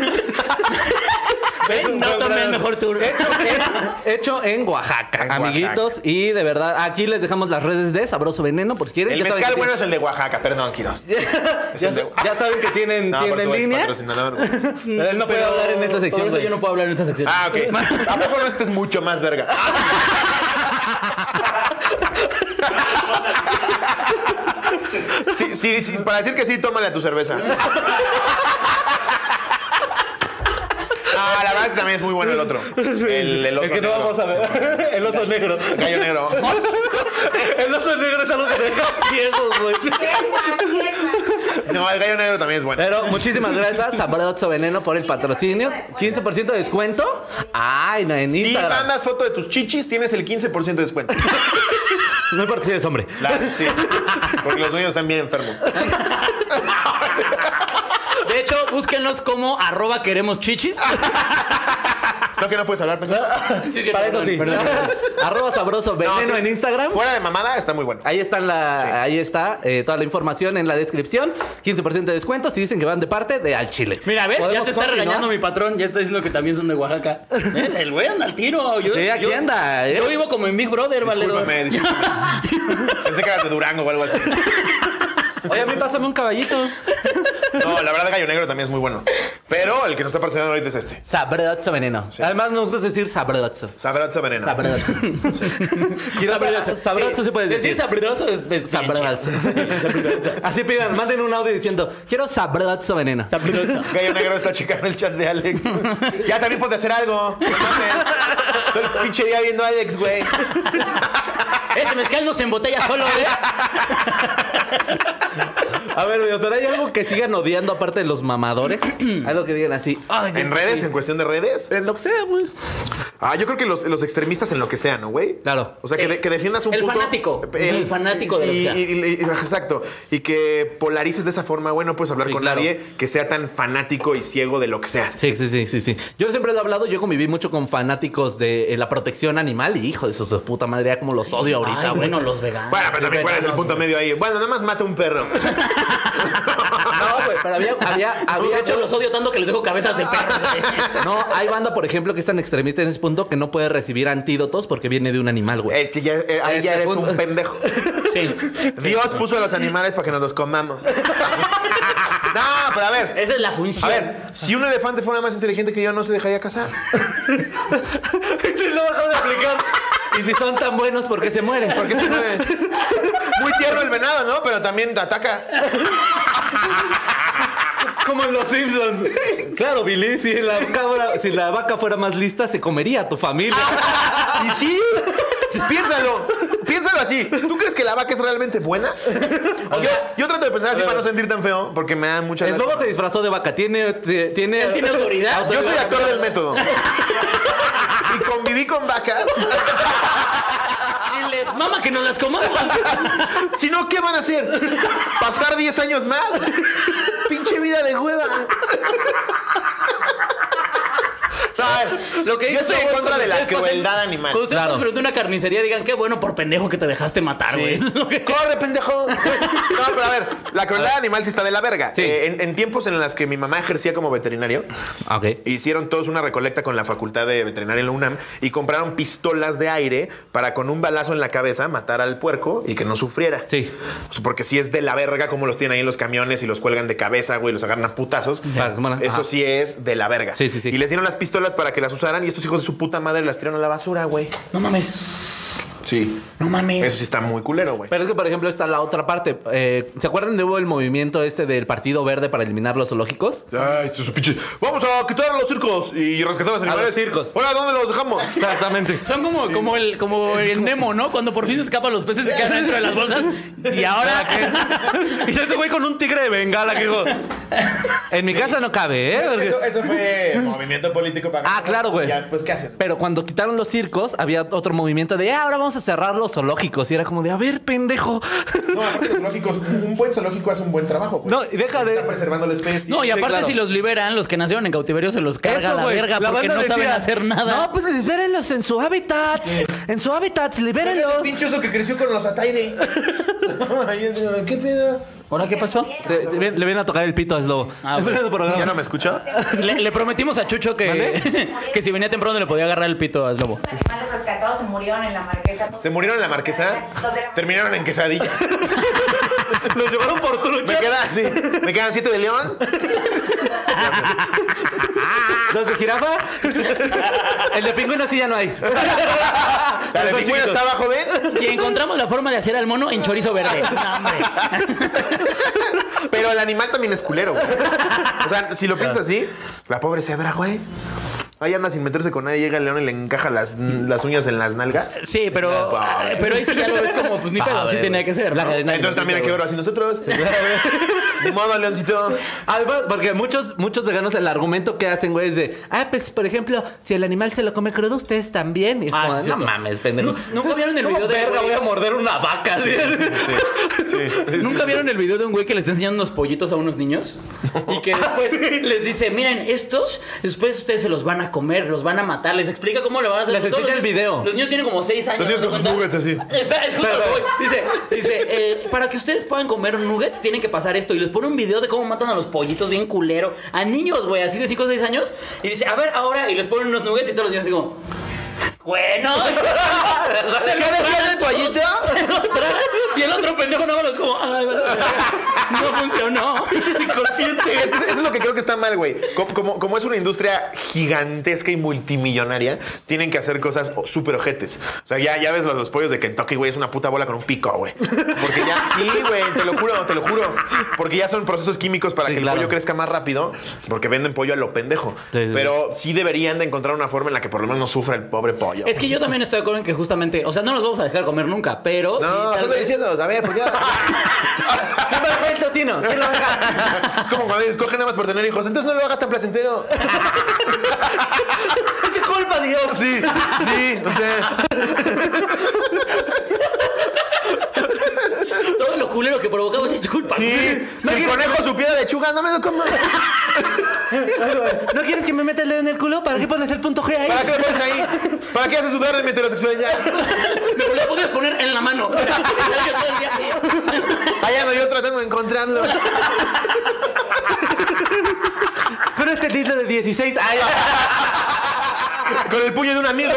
Ven, no tomé el mejor tour. Hecho en Oaxaca, En amiguitos. Oaxaca. Y de verdad, aquí les dejamos las redes de Sabroso Veneno, por si quieren. El Ya saben mezcal que bueno es el de Oaxaca, perdón, Quiroz. ya saben que tienen línea. Pero él no puede hablar en esta Por sección. eso güey. yo no puedo hablar en esta sección. Ah, ok. ¿A poco no estés mucho más verga? Sí, para decir que sí, tómale a tu cerveza. Ah, la verdad que también es muy bueno el otro. El oso Es que no negro. vamos a ver. El oso negro. Gallo negro. El oso negro es algo que deja ciegos, güey. No, el gallo negro también es bueno. Pero muchísimas gracias a Sabroso Veneno por el patrocinio. 15% de descuento. Ay, no, en Si Instagram. mandas foto de tus chichis, tienes el 15% de descuento. No importa si eres hombre. Sí, porque los niños están bien enfermos. De hecho, búsquenlos como @queremoschichis. ¿No que no puedes hablar, pendejo? Sí, Para eso sí. perdón. @Sabroso Veneno No, sí. en Instagram. Fuera de mamada, está muy bueno. Ahí está toda la información en la descripción. 15% de descuento si dicen que van de parte de Al Chile. Mira, ¿ves? Ya ¿Podemos te está continuar? regañando mi patrón. Ya está diciendo que también son de Oaxaca. ¿Ves? El güey anda al tiro. Sí, aquí anda, Yo vivo como en Big Brother, valedor. Discúlpame. Pensé que eras de Durango o algo así. Oye, a mí pásame un caballito. No, la verdad, Gallo Negro también es muy bueno. Pero el que nos está participando ahorita es este. Sabroso Veneno. Además nos gusta decir sabroso. Sabroso veneno. Sabroso. Sabroso se puede decir. sabroso es Sabroso. Así pidan, manden un audio diciendo, quiero sabroso veneno. sabroso. Gallo Negro está checando el chat de Alex. Ya también puedes hacer algo. No mames. Todo el pinche día viendo a Alex, güey. Ese mezcal no se embotella solo, ¿eh? A ver, doctor, ¿hay algo que sigan odiando aparte de los mamadores? Algo que digan así. "Ay, ¿En redes? ¿En cuestión de redes? En lo que sea, güey. Ah, yo creo que los extremistas en lo que sea, ¿no, güey? Claro. O sea, Sí. que defiendas un El punto... fanático. El fanático de lo que sea. Exacto. Y que polarices de esa forma, güey, no puedes hablar Sí, con claro. nadie que sea tan fanático y ciego de lo que sea. Sí. Yo siempre lo he hablado, yo conviví mucho con fanáticos de la protección animal y hijo de su puta madre, ya como los odio ahorita, Ay, güey. bueno, los veganos. Bueno, pues también, ¿cuál es el punto medio ahí? Bueno, nada más mata un perro. No, güey, pero había De hecho, los odio tanto que les dejo cabezas de perros. No, hay banda, por ejemplo, que es tan extremista en ese punto que no puede recibir antídotos porque viene de un animal, güey. Ahí ya eres un pendejo. Sí. Dios puso a los animales para que nos los comamos. No, pero a ver. Esa es la A función. ver, si un elefante fuera más inteligente que yo, no se dejaría cazar. Sí, lo acabo de aplicar. Y si son tan buenos, ¿por qué se mueren? Porque se mueve. Muy tierno el venado, ¿no? Pero también te ataca. Como en Los Simpsons. Claro, Billy, si la vaca fuera más lista, se comería a tu familia. Y sí, piénsalo así. ¿Tú crees que la vaca es realmente buena? O sea, yo trato de pensar así para no sentir tan feo, porque me da mucha El lástima. lobo se disfrazó de vaca. Tiene Él tiene autoridad. Yo soy actor del método. Y conviví con vacas. Y les mama que nos las comamos. Si no, ¿qué van a hacer? ¿Pastar 10 años más? Pinche vida de hueva. No, a ver, Lo que yo digo estoy en contra de la crueldad animal. Cuando ustedes Claro. pasen frente a una carnicería, digan qué bueno por pendejo que te dejaste matar, güey. Eso es lo que- ¡Corre, pendejo! No, pero a ver, la crueldad animal sí está de la verga. Sí. En tiempos en los que mi mamá ejercía como veterinario, Ok. hicieron todos una recolecta con la facultad de veterinaria en la UNAM y compraron pistolas de aire para con un balazo en la cabeza matar al puerco y que no sufriera. Sí. O sea, porque si es de la verga como los tienen ahí en los camiones y los cuelgan de cabeza, güey, los agarran a putazos. Eso Ajá. sí es de la verga. Sí, sí, sí. Y les dieron las pistolas para que las usaran y estos hijos de su puta madre las tiraron a la basura, güey. No mames. Sí. No mames. Eso sí está muy culero, güey. Pero es que, por ejemplo, está la otra parte. ¿Se acuerdan de hubo el movimiento del Partido Verde para eliminar los zoológicos? Ay, su pinche. Vamos a quitar los circos y rescatar a los animales. los circos. Hola, ¿dónde los dejamos? Exactamente. Son como el Nemo, ¿no? Cuando por fin se escapan los peces se quedan dentro de las bolsas. Y ahora... Y se este güey con un tigre de bengala que dijo... En mi casa no cabe, ¿eh? Porque- Eso fue movimiento político para... Ah, claro, güey. Ya después, ¿qué haces? Pero cuando quitaron los circos, había otro movimiento de ahora vamos a cerrar los zoológicos. Y era como de, a ver, pendejo. No, aparte los zoológicos, un buen zoológico hace un buen trabajo, güey. No, y deja de. Está preservando la especie. No, y aparte claro. si los liberan, los que nacieron en cautiverio se los carga Eso, la güey. verga La porque banda no decía, saben hacer nada. No, pues libérenlos en su hábitat. En su hábitat, libérenlos. El pinche oso que creció con los Ataide. ¿Qué pedo? ¿Ahora qué pasó? Le vienen a tocar el pito a Slobo. Ah, ok. ¿Ya no me escucha? Le prometimos a Chucho que, que si venía temprano le podía agarrar el pito a Slobo. Los animales rescatados se murieron en la marquesa. ¿Se murieron en la marquesa? Terminaron en quesadilla. Los llevaron por trucha. Me quedan 7 de león. Los de jirafa. El de pingüino sí ya no hay. La de Son pingüino chiquitos. está abajo, ¿ven? Y encontramos la forma de hacer al mono en chorizo verde. No, hombre. Pero el animal también es culero, güey. O sea, si lo piensas así, la pobre cebra, güey. Ahí anda sin meterse con nadie, llega el león y le encaja las uñas en las nalgas. Sí, pero ahí sí ya lo ves como, pues ni pedo, así tenía que ser, ¿no? Entonces también hay que verlo así nosotros. Ni modo, leoncito. Además, porque muchos veganos el argumento que hacen, güey, es de, pues, por ejemplo, si el animal se lo come crudo, ustedes también. Y es como, sí, no sí. mames, pendejo. ¿Nunca vieron el video de verga, güey? voy a morder una vaca. ¿Sí? ¿Nunca vieron el video de un güey que le está enseñando unos pollitos a unos niños? Y que después les dice, miren, estos, después ustedes se los van a comer, los van a matar. Les explica cómo le van a hacer. Les Todos enseña los el video. Los niños tienen como 6 años. Los niños ¿no con te sus cuenta? nuggets así. Espera, es justo lo que voy. Dice, para que ustedes puedan comer nuggets, tienen que pasar esto. Y les pone un video de cómo matan a los pollitos bien culero. A niños, güey, así de 5 o 6 años. Y dice, a ver, ahora. Y les ponen unos nuggets y todos los niños así como... Bueno, se queda viendo el pollito, se los trae y el otro pendejo no me los como, ay, vale, no funcionó. Pinches inconscientes. Eso es lo que creo que está mal, güey. Como es una industria gigantesca y multimillonaria, tienen que hacer cosas súper ojetes. O sea, ya ves los pollos de Kentucky, güey, es una puta bola con un pico, güey. Porque ya, sí, güey, te lo juro. Porque ya son procesos químicos para que el pollo crezca más rápido, porque venden pollo a lo pendejo. Sí. Pero sí deberían de encontrar una forma en la que por lo menos no sufra el pobre pollo. Es que yo también estoy de acuerdo en que justamente, o sea, no los vamos a dejar comer nunca, pero No, sí, tal solo vez... diciendo, a ver, pues ya. ¿Quién va a dejar el tocino? ¿Quién lo va a dejar? Es como cuando escogen nada más por tener hijos, entonces no lo hagas tan placentero. ¡Qué culpa, Dios! Sí, o sea. Todo lo culero que provocamos es culpa. Sí, si el conejo supiera de lechuga, no me lo como. ¿No quieres que me meta el dedo en el culo? ¿Para qué pones el punto G ahí? ¿Para qué lo pones ahí? ¿Para qué haces dudar de mi heterosexualidad? Me lo podrías poner en la mano. Yo todo el día así. Allá ando yo tratando de encontrarlo. Con este título de 16. Ay, Con el puño de un amigo.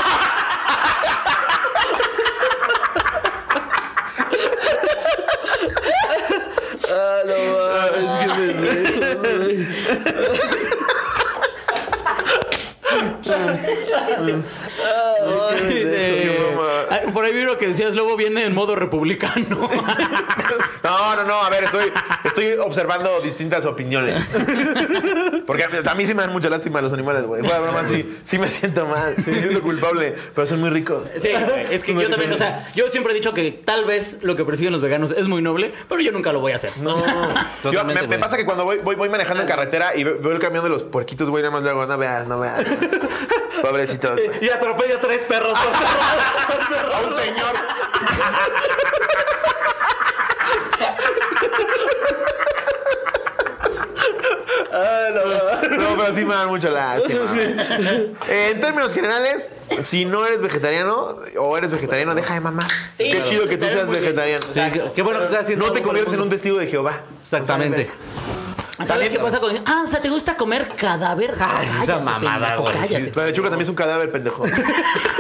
Dice, por ahí vi lo que decías, luego viene en modo republicano. No, a ver, estoy observando distintas opiniones. Porque a mí sí me dan mucha lástima los animales, güey. Bueno, broma, sí me siento mal, sí me siento culpable, pero son muy ricos. Sí, güey, es que yo también, o sea, yo siempre he dicho que tal vez lo que persiguen los veganos es muy noble, pero yo nunca lo voy a hacer. No. O sea, Me pasa que cuando voy manejando en carretera y veo el camión de los puerquitos, güey, nada más luego, no veas. Pobrecitos. y atropella 3 perros. A un señor. No, pero sí me dan mucha lástima. En términos generales, si no eres vegetariano o eres vegetariano, deja de mamar. Sí, Qué claro. chido que tú seas vegetariano. Sí, qué bueno que estás haciendo. No te algo por el conviertes en un mundo. testigo de Jehová. Exactamente. ¿sabes qué pasa con o sea, ¿te gusta comer cadáver? Ay, esa Cállate, mamada, pendejo, güey. cállate. La lechuga también es un cadáver, pendejo.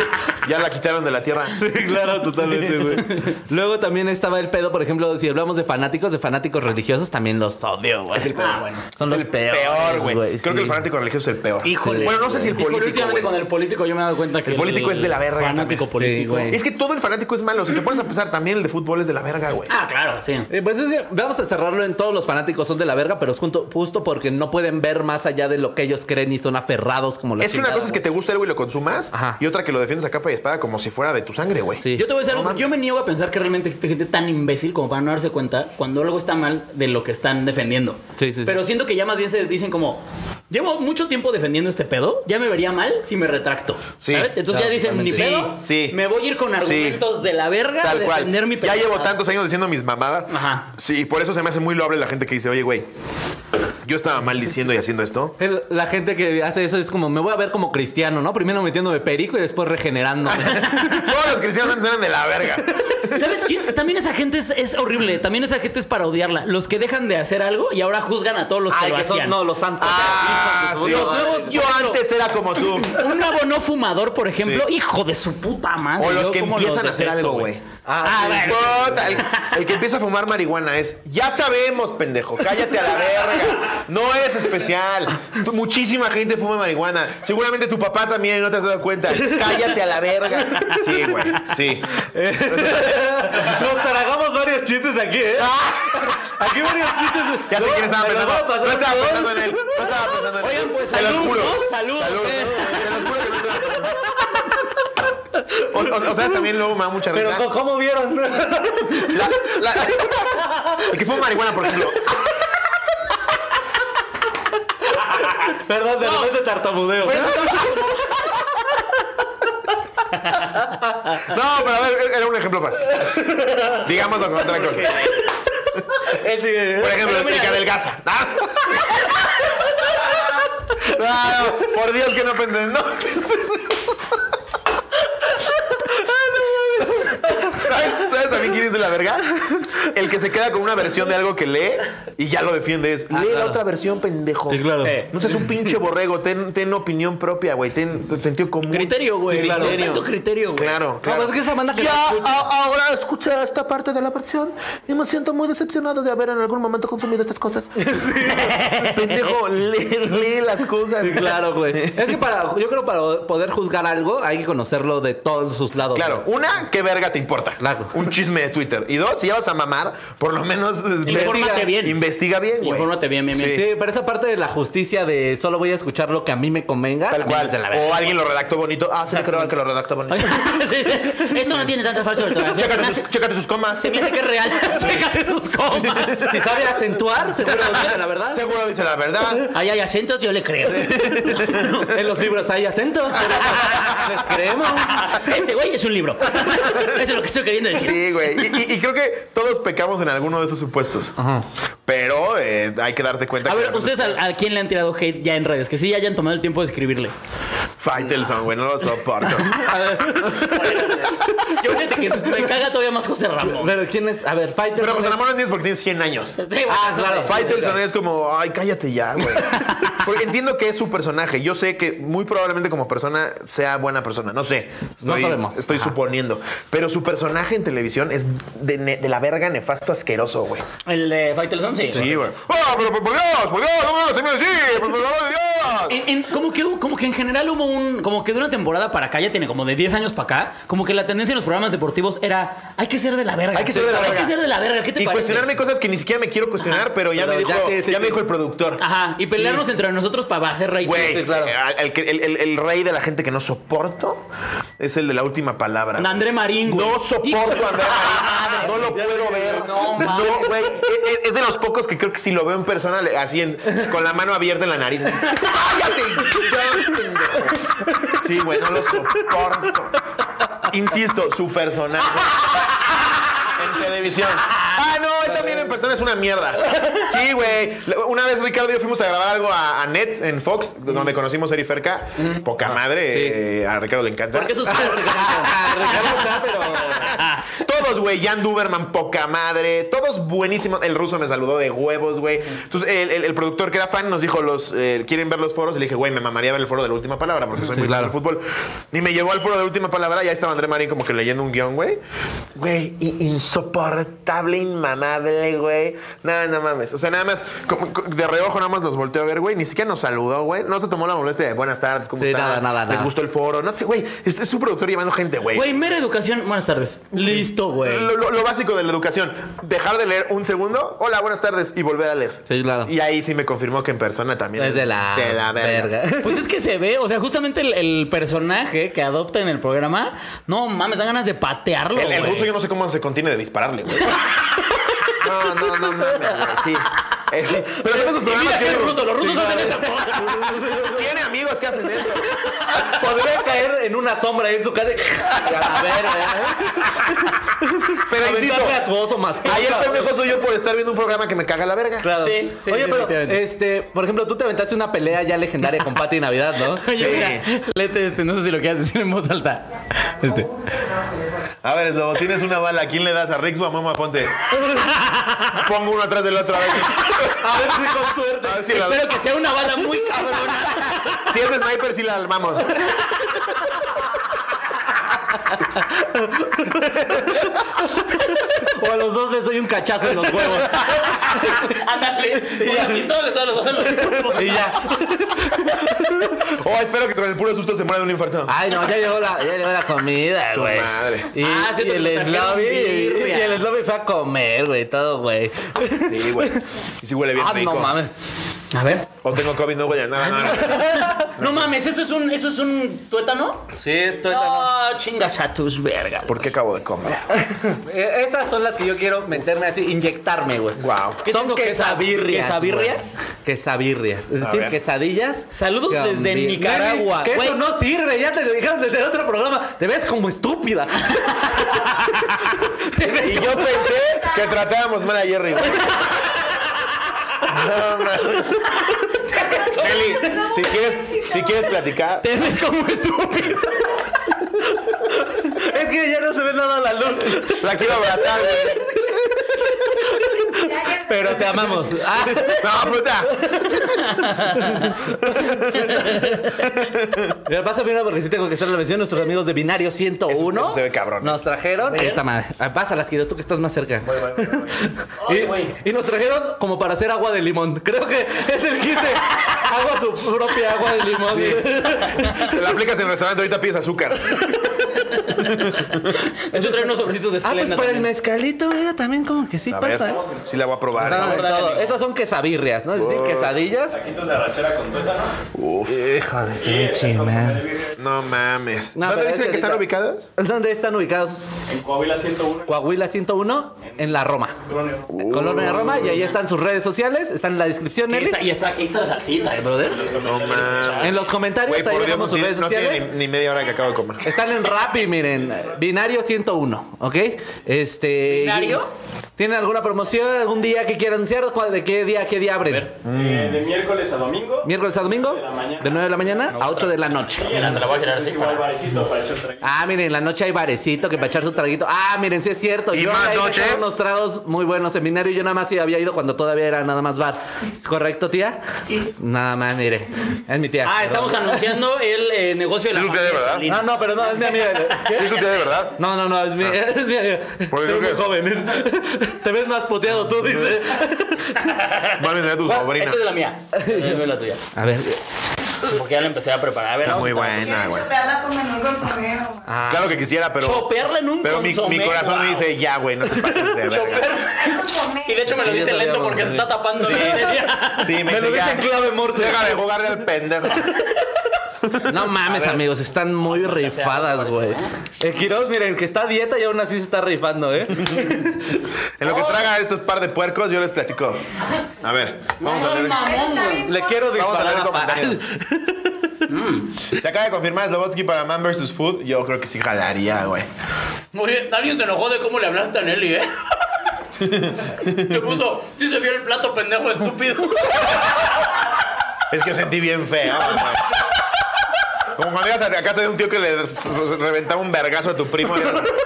Ya la quitaron de la tierra. Sí, claro, totalmente, güey. Luego también estaba el pedo, por ejemplo, si hablamos de fanáticos religiosos, también los odio, güey. Es el peor. Son los peor, güey. Creo sí. que el fanático religioso es el peor. Híjole. Bueno, no sé si el político, últimamente güey. con el político yo me he dado cuenta que El político es de la verga Fanático también. político. Sí, güey. Es que todo el fanático es malo. Si te pones a pensar, también el de fútbol es de la verga, güey. Ah, claro, sí. Pues es que vamos a cerrarlo en todos los fanáticos son de la verga, pero es justo porque no pueden ver más allá de lo que ellos creen y son aferrados como la Es que una chingada, cosa es que te gusta algo y lo consumas, Ajá. y otra que lo defiendes a capa y espada como si fuera de tu sangre, güey. Sí. Yo te voy a decir algo, porque yo me niego a pensar que realmente existe gente tan imbécil como para no darse cuenta cuando algo está mal de lo que están defendiendo. Sí, sí, sí. Pero siento que ya más bien se dicen como, llevo mucho tiempo defendiendo este pedo, ya me vería mal si me retracto. Sí, ¿sabes? Entonces ya dicen, ni totalmente. pedo, Sí, sí. me voy a ir con argumentos de la verga Tal de cual. defender mi Ya pendejada. llevo tantos años diciendo mis mamadas. Ajá. Sí, por eso se me hace muy loable la gente que dice, oye, güey, yo estaba mal diciendo y haciendo esto. La gente que hace eso es como, me voy a ver como cristiano, ¿no? Primero metiéndome perico y después regenerando. Todos los cristianos antes eran de la verga. ¿Sabes quién? También esa gente es horrible. También esa gente es para odiarla. Los que dejan de hacer algo y ahora juzgan a todos los que Ay, lo que son, hacían. no, los santos. Ah, sí. Los nuevos- Yo antes era como tú. Un nuevo no fumador, por ejemplo, Sí. hijo de su puta madre. O los Yo que cómo empiezan los a hacer detesto, algo, güey. Ah, sí. bueno. Puta, el que empieza a fumar marihuana es, ya sabemos, pendejo, cállate a la verga. No es especial. Muchísima gente fuma marihuana. Seguramente tu papá también, no te has dado cuenta. Cállate a la verga. Sí, güey, sí. Nos tragamos varios chistes aquí, ¿eh? Aquí varios chistes. Ya sé quién estaba me los pensando. voy a pasar No estaba todos. pensando en él. No estaba pensando en él. Oigan, pues Te los salud, juro. ¿no? Salud. Salud. Te los juro que no estaba pensando. O sea, también luego me da mucha risa. Pero ¿cómo vieron? El que fuma marihuana, por ejemplo. Perdón, de repente tartamudeo. No, pero a ver, era un ejemplo fácil. Digámoslo con otra cosa. Él sigue. Por ejemplo, el que adelgaza. No, por Dios que no pensé. No. ¿Sabes también quién es de la verga? El que se queda con una versión de algo que lee y ya lo defiende. Lee la claro. otra versión, pendejo. Sí, claro. Sí. No seas un pinche borrego. Ten opinión propia, güey. Ten sentido común. Criterio, güey. Sí, claro. Tanto criterio, güey. Claro, No, claro. pues es que esa banda que Ya, no escucha. ahora escucha esta parte de la versión y me siento muy decepcionado de haber en algún momento consumido estas cosas. Pendejo, lee las cosas. Sí, claro, güey. Es que yo creo para poder juzgar algo hay que conocerlo de todos sus lados. Claro, güey. una, ¿qué verga te importa? Claro. Un chisme de Twitter. Y dos, si ya vas a mamar, por lo menos Infórmate bien. Investiga bien, güey. Infórmate bien, bien, bien. Sí. Sí, pero esa parte de la justicia de solo voy a escuchar lo que a mí me convenga. Tal también cual. es de la verga. O alguien lo redactó bonito. Ah, sí, creo que lo redactó bonito. Sí. Esto no tiene tanta falta de ortografía. Chécate sus comas. Se me hace que es real. Chécate sus comas. Si sabe acentuar, seguro dice la verdad. Seguro dice la verdad. Ahí hay acentos, yo le creo. En los libros hay acentos, pero les creemos. Este güey es un libro. Eso es lo que estoy queriendo decir. Sí, güey. Y creo que todos pecamos en alguno de esos supuestos. Pero hay que darte cuenta A que... ver, ¿ustedes a quién le han tirado hate ya en redes? Que sí hayan tomado el tiempo de escribirle. Faitelson, güey, no lo soporto. Yo fíjate que me caga todavía más José Ramón. Pero ¿quién es? A ver, Fighter. Pero pues Ramón no tienes porque tienes 100 años. Sí, bueno, eso claro. sí. Faitelson es como, ay, cállate ya, güey. Porque entiendo que es su personaje. Yo sé que muy probablemente como persona sea buena persona. No sé. No sabemos. Estoy Ajá. suponiendo. Pero su personaje en televisión es de la verga nefasto asqueroso, güey. El de Faitelson, sí. Sí, güey. ¡Ah, pero por Dios! ¡Por Dios! ¡No me lo estoy así! ¡Por el amor de Dios! Como que en general hubo como que de una temporada para acá, ya tiene como de 10 años para acá, como que la tendencia en los programas deportivos era, hay que ser de la verga. Hay que ser de la verga. Hay que ser de la verga, ¿qué te Y parece? cuestionarme cosas que ni siquiera me quiero cuestionar, pero ya Pero me dijo, ya me dijo el productor. Ajá, y pelearnos entre nosotros para hacer rating. Güey, Sí, claro. el rey de la gente que no soporto es el de la última palabra. André Marín, güey. No soporto a André Marín. No lo puedo ver. No, mames. No, güey. Es de los pocos que creo que si lo veo en persona, así con la mano abierta en la nariz. así, ¡cállate! Ya, pendejo. Sí, güey, no lo soporto. Insisto, su personaje en televisión. Ah, no, él también en persona es una mierda. Sí, güey. Una vez Ricardo y yo fuimos a grabar algo a Net en Fox, donde conocimos a Eri Ferca. Poca madre. A Ricardo le encanta. Porque eso es padre, Ricardo está, pero... Todos, güey. Jan Duberman, poca madre. Todos buenísimos. El ruso me saludó de huevos, güey. Entonces, el productor que era fan nos dijo, ¿quieren ver los foros? Y le dije, güey, me mamaría ver el foro de La Última Palabra porque soy muy fan del fútbol. Y me llevó al foro de La Última Palabra y ahí estaba André Marín como que leyendo un guión, güey. Güey, insoportable, inmamable, güey. No mames. O sea, nada más, de reojo nada más los volteó a ver, güey. Ni siquiera nos saludó, güey. No se tomó la molestia de buenas tardes, ¿cómo están? Nada. Les gustó el foro. No sé, güey. Es su productor llevando gente, güey. Güey, mera educación. Buenas tardes. Listo, güey. Lo básico de la educación. Dejar de leer un segundo. Hola, buenas tardes. Y volver a leer. Sí, claro. Y ahí sí me confirmó que en persona también es de la verga. Pues es que se ve, o sea, justamente el personaje que adopta en el programa, no mames, dan ganas de patearlo, güey. El ruso yo no sé cómo se contiene de dispararle, güey. No mames, güey. Sí. Sí. Pero en esos programas que los rusos hacen esas cosas. Tiene amigos que hacen eso. Podría caer en una sombra ahí en su cara. A la verga. Pero insisto, gasboso, mascota. ayer pendejo soy yo por estar viendo un programa que me caga la verga. Claro. Sí, Oye, pero por ejemplo, tú te aventaste una pelea ya legendaria con Pati Navidad, ¿no? Oye, mira, léete no sé si lo quieras decir en voz alta. A ver, Slobo, tienes una bala. ¿A quién le das? ¿A Rix o a Mama Ponte? Pongo uno atrás del otro. A ver si con suerte. A ver si Espero que sea una bala muy cabrona. Si es sniper, sí la armamos. O a los dos les doy un cachazo en los huevos. Ándale. Y la pistola les doy a los dos en los huevos. Y ya. Oh, espero que con el puro susto se muera de un infarto. Ay, no, ya llegó la comida, Su güey. madre. Y, sí, y el Slobby fue a comer, güey, todo, güey. Sí, güey. Y sí huele bien rico. No mames. A ver. O tengo COVID, no huele a nada. No mames, ¿eso es un tuétano? Sí, estoy tan... No, chingas a tus vergas. ¿Por qué acabo de comer? Esas son las que yo quiero meterme así, inyectarme, güey. Wow. ¿Qué es Son eso? quesabirrias. ¿Quesabirrias? Güey. Quesabirrias. Es decir, ver. quesadillas. Saludos desde Nicaragua. Que Güey. eso no sirve, ya te lo dijeron desde el otro programa. Te ves como estúpida. Y yo pensé que tratábamos mal a Jerry, güey. No, mames. Nelly, si quieres platicar. Te ves como estúpido. Es que ya no se ve nada a la luz. La quiero abrazar, güey. Pero te amamos. Ah. No, puta. Mira, pásame una porque sí tengo que hacer la mención. Nuestros amigos de Binario 101 Eso se ve cabrón. nos trajeron esta madre. Pásala, Quiero, tú que estás más cerca. Y nos trajeron como para hacer agua de limón. Creo que es el kit de agua, su propia agua de limón. Te la aplicas en el restaurante, ahorita pides azúcar. De hecho, trae unos sobrecitos de Pues Splenda para el también. mezcalito, mira, también como que sí A pasa. ver, sí la voy a probar. Están ¿no? de todo. Estas son quesabirrias, ¿no? Es decir, quesadillas. Taquitos de arrachera con tuétano. Hijo de su pinche madre. No mames. No, ¿Dónde pero dicen ese que están ahorita- ubicados? ¿Dónde están ubicados? En Coahuila 101. Coahuila 101, en la Roma. Colonia Roma, y ahí están sus redes sociales. Están en la descripción, Nelly. Y está aquí está la salsita, brother. No mames. En los comentarios, Güey, ahí por Dios, dejamos sus redes no tiene sociales. ni media hora que acabo de comer. Están en Rappi, miren. Binario 101, ¿ok? ¿Binario? ¿Tienen alguna promoción, algún día que quieran anunciar? ¿De qué día abren? De miércoles a domingo. ¿Miércoles a domingo? la mañana. De 9 de la mañana a 8 de la noche. Mira, te la voy a girar así. Igual barecito para echar traguito. Ah, miren, en la noche hay barecito que para echar su traguito. Ah, miren, sí es cierto. ¿Y Yo más ahí me noche? echaba unos tragos muy buenos en Binario. Yo nada más sí había ido cuando todavía era nada más bar. ¿Correcto, tía? Sí. Nada más, mire. Es mi tía. Ah, estamos anunciando el negocio de la Es un té de familia verdad. Solín. No, pero no, es mi amiga. ¿Qué? ¿Sí es un té de verdad? No, es mi amiga. Porque Soy creo muy que- joven. Te ves más puteado tú, dice. Van a tener a tu sobrina. Esta es de la mía. Esta es la tuya. A ver. Porque ya la empecé a preparar. A ver, Está vamos muy a estar- buena, güey. Chopearla con menú consomero. Claro que quisiera, pero. Chopearla en un Pero mi consomé, corazón me wow. dice, ya, güey, no te pases de verga. Es consomé. Y de hecho me lo Sí, dice eso lento habíamos, porque se sí. está tapando la media. Sí, Me lo dice en clave morse. Deja de jugarle al pendejo. No mames, amigos, están muy rifadas, güey. El Quiroz, miren, que está a dieta y aún así se está rifando, ¿eh? En lo que traga estos par de puercos, yo les platico. A ver, vamos a No, leer. mamón, güey. Le quiero Vamos a disparar leer a comentarios. Se acaba de confirmar Slobodsky para Man vs. Food. Yo creo que sí jalaría, güey. Oye, alguien se enojó de cómo le hablaste a Nelly, ¿eh? Le puso, sí se vio el plato, pendejo estúpido. Es que yo sentí bien feo, güey. Como cuando ibas a casa de un tío que le reventaba un vergazo a tu primo.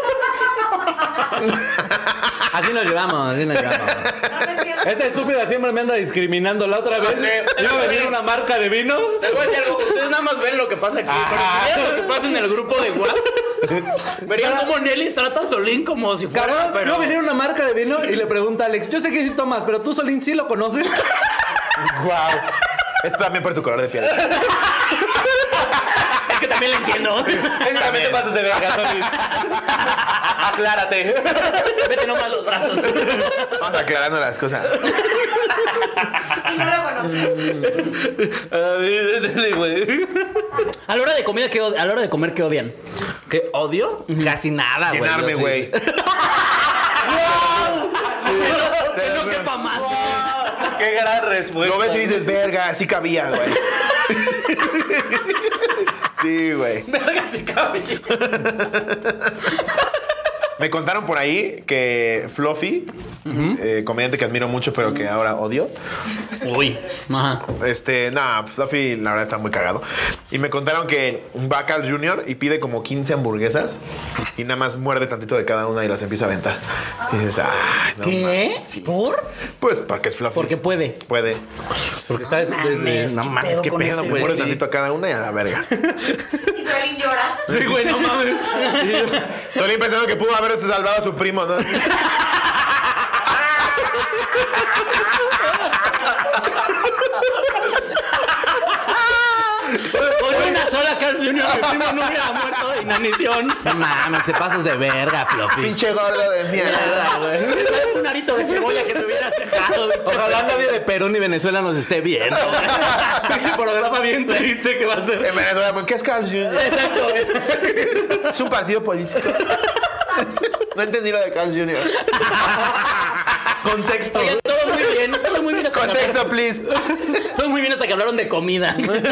Así nos llevamos, así nos llevamos. No es cierto. Esta estúpida siempre me anda discriminando. La otra vez iba a venir una marca de vino. Te voy a decir algo, ustedes nada más ven lo que pasa aquí, pero si vieran lo que pasa en el grupo de WhatsApp, verían cómo Nelly trata a Solín como si fuera, Cabrón, pero... iba a venir una marca de vino y le pregunta a Alex, yo sé que sí tomas, pero tú, Solín, ¿sí lo conoces? Guau. Es también por tu color de piel. Es que también lo entiendo. También te pasas de verga, Solín. Aclárate. Vete nomás los brazos. Vamos aclarando las cosas. Y no lo conocí. A la hora de comida, a la hora de comer, ¿qué odian? ¿Qué odio? Casi nada, güey. Llenarme, yo sí. güey. Que no quepa más. Qué gran respuesta. Lo ves y dices, verga, sí cabía, güey. Sí, güey. Verga, si cabe. Me contaron por ahí que Fluffy, comediante que admiro mucho, pero que ahora odio. Uy. Ajá. Fluffy la verdad está muy cagado. Y me contaron que va a Carl Jr. y pide como 15 hamburguesas y nada más muerde tantito de cada una y las empieza a aventar. Y dices, ay, no. ¿Qué? mames. Sí. ¿Por? Pues porque es Fluffy. Porque puede. Puede. Porque está desde... No mames, qué pedo, Le güey. muerde sí. tantito a cada una y a la verga. Y Solín llora. Sí, güey, no mames. Solín pensando que pudo haberse salvado a su primo, ¿no? Con una sola Carl Jr. mi primo no hubiera muerto de inanición. No mames, se pasas de verga, Fluffy. Pinche gordo de mierda, güey. Un arito de cebolla que te hubieras dejado. Ojalá nadie de Perú ni Venezuela nos esté viendo. Pinche programa bien triste que va a ser. En Venezuela, ¿qué es Carl Jr.? Exacto. Es un partido político. No entendí lo de Carl Jr. Contexto. Oye, todo muy bien. Todo muy bien hasta Contexto, please. Todo muy bien hasta que hablaron de comida.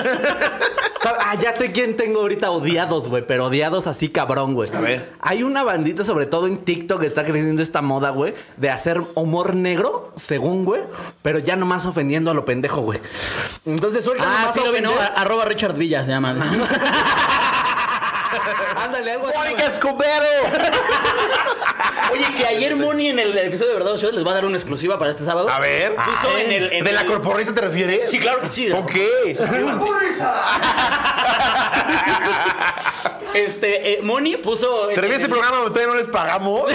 Ya sé quién tengo ahorita odiados, güey, pero odiados así cabrón, güey. A ver. Hay una bandita, sobre todo en TikTok, que está creciendo esta moda, güey, de hacer humor negro, según, güey, pero ya nomás ofendiendo a lo pendejo, güey. Entonces suelta nomás Sí lo vi, ¿no? ofender. @ Richard Villa se llama. Ándale, algo así, ¡Mónica güey. Escobedo! Oye, que ayer Moni en el episodio de Verdad o Show les va a dar una exclusiva para este sábado. A ver. Puso en el... ¿De la corporrisa te refieres? Sí, claro que sí. Ok. Moni puso... ¿Te refieres a ese programa donde todavía no les pagamos?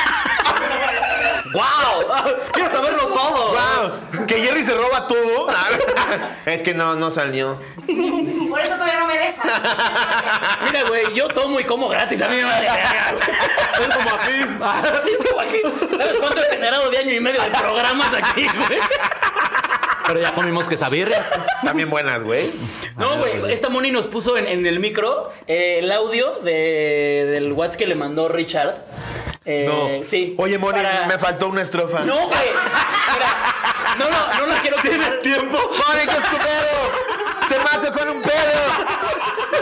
¡Wow! ¡Quiero saberlo todo! ¡Wow! Que Jerry se roba todo. Es que no salió. Por eso todavía no me deja. Mira, güey, yo tomo y como gratis. A mí me vale verga, güey. Es como aquí. Sí, es como aquí. ¿Sabes cuánto he generado de año y medio de programas aquí, güey? Pero ya comimos quesabirria. También buenas, güey. No, güey, esta Moni nos puso en el micro el audio del WhatsApp que le mandó Richard. No. Sí. Oye, Moni, para- me faltó una estrofa. No, güey. Mira, no la quiero quemar. ¿Tienes tiempo? ¡Mónica Escobedo! ¡Se mató con un pedo!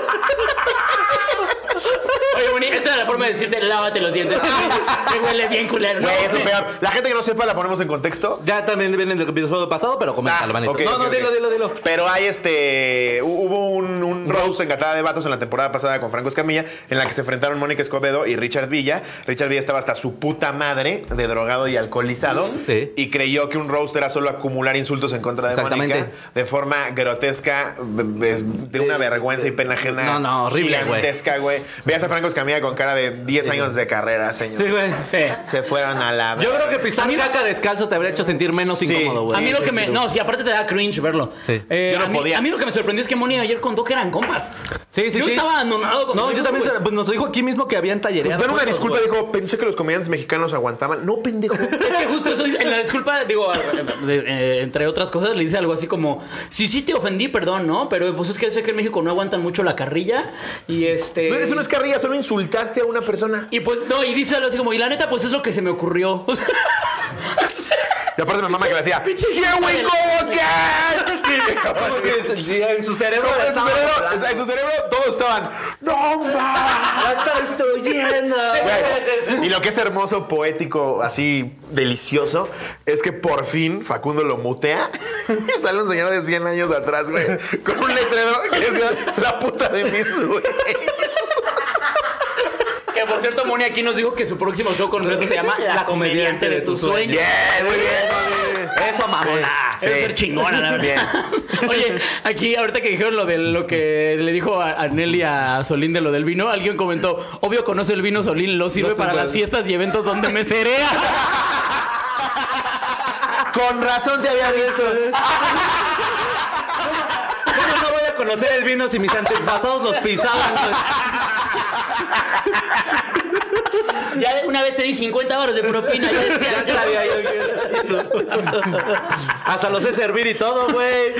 Oye, Moni, esta es la forma de decirte lávate los dientes. Me huele bien culero. ¿no? Güey, es lo peor. La gente que no sepa la ponemos en contexto. Ya también vienen del episodio pasado, pero coméntalo, manito. ok, no, ok, no, ok. dilo. Pero hay hubo un roast en Catada de Vatos en la temporada pasada con Franco Escamilla, en la que se enfrentaron Mónica Escobedo y Richard Villa. Richard Villa estaba hasta su puta madre de drogado y alcoholizado. Sí. Y creyó que un roast era solo acumular insultos en contra de Exactamente. Mónica de forma grotesca, de una vergüenza y pena ajena. No, horrible, güey. Gigantesca, güey. Veas a Franco Escamilla con cara de 10 años de carrera, señor. Sí, güey. Sí. Se fueron a la... Yo creo que pisar caca descalzo te habría hecho sentir menos Sí. incómodo, güey. A mí lo sí, que sí, me... sí. No, sí, aparte te da cringe verlo. Sí. Yo no a mí, podía. A mí lo que me sorprendió es que Moni ayer contó que eran compas. Sí. Yo estaba anonadado con No, tus yo hijos, también, güey. pues nos dijo aquí mismo que habían tallereado. Pues, una juntos, disculpa, güey. dijo, pensé que los comediantes mexicanos aguantaban. No, pendejo. Es que justo eso, en la disculpa, digo, entre otras cosas, le dice algo así como, sí te ofendí, perdón, ¿no? Pero pues es que sé que en México no aguantan mucho la carrilla y No, eso no es carrilla, solo insultaste a una persona. Y pues, no, y dice algo así como, y la neta, pues es lo que se me ocurrió. Y aparte mi mamá que le hacía, Pinche ¡Here we go again! Sí, en su cerebro En su cerebro todos estaban, ¡no, ma! va a estar destruyendo. Güey, y lo que es hermoso, poético, así delicioso, es que por fin Facundo lo mutea. Y sale un señor de 100 años atrás, güey, con un letrero que decía la puta de mi sueño. Que por cierto, Moni aquí nos dijo que su próximo show con reto se llama La comediante de tus sueños. Bien, muy bien, mami. Eso, mamona. Debe Sí. ser chingona, la verdad. Bien. Oye, aquí ahorita que dijeron lo que le dijo a Nelly a Solín de lo del vino, alguien comentó, obvio conoce el vino Solín, lo sirve para las fiestas y eventos donde me cerea. Con razón te había visto. ¿Cómo no voy a conocer el vino si mis antepasados los pisaban? Ya una vez te di 50 baros de propina, ya decía. Ya sabía yo que- Hasta lo sé servir y todo, güey.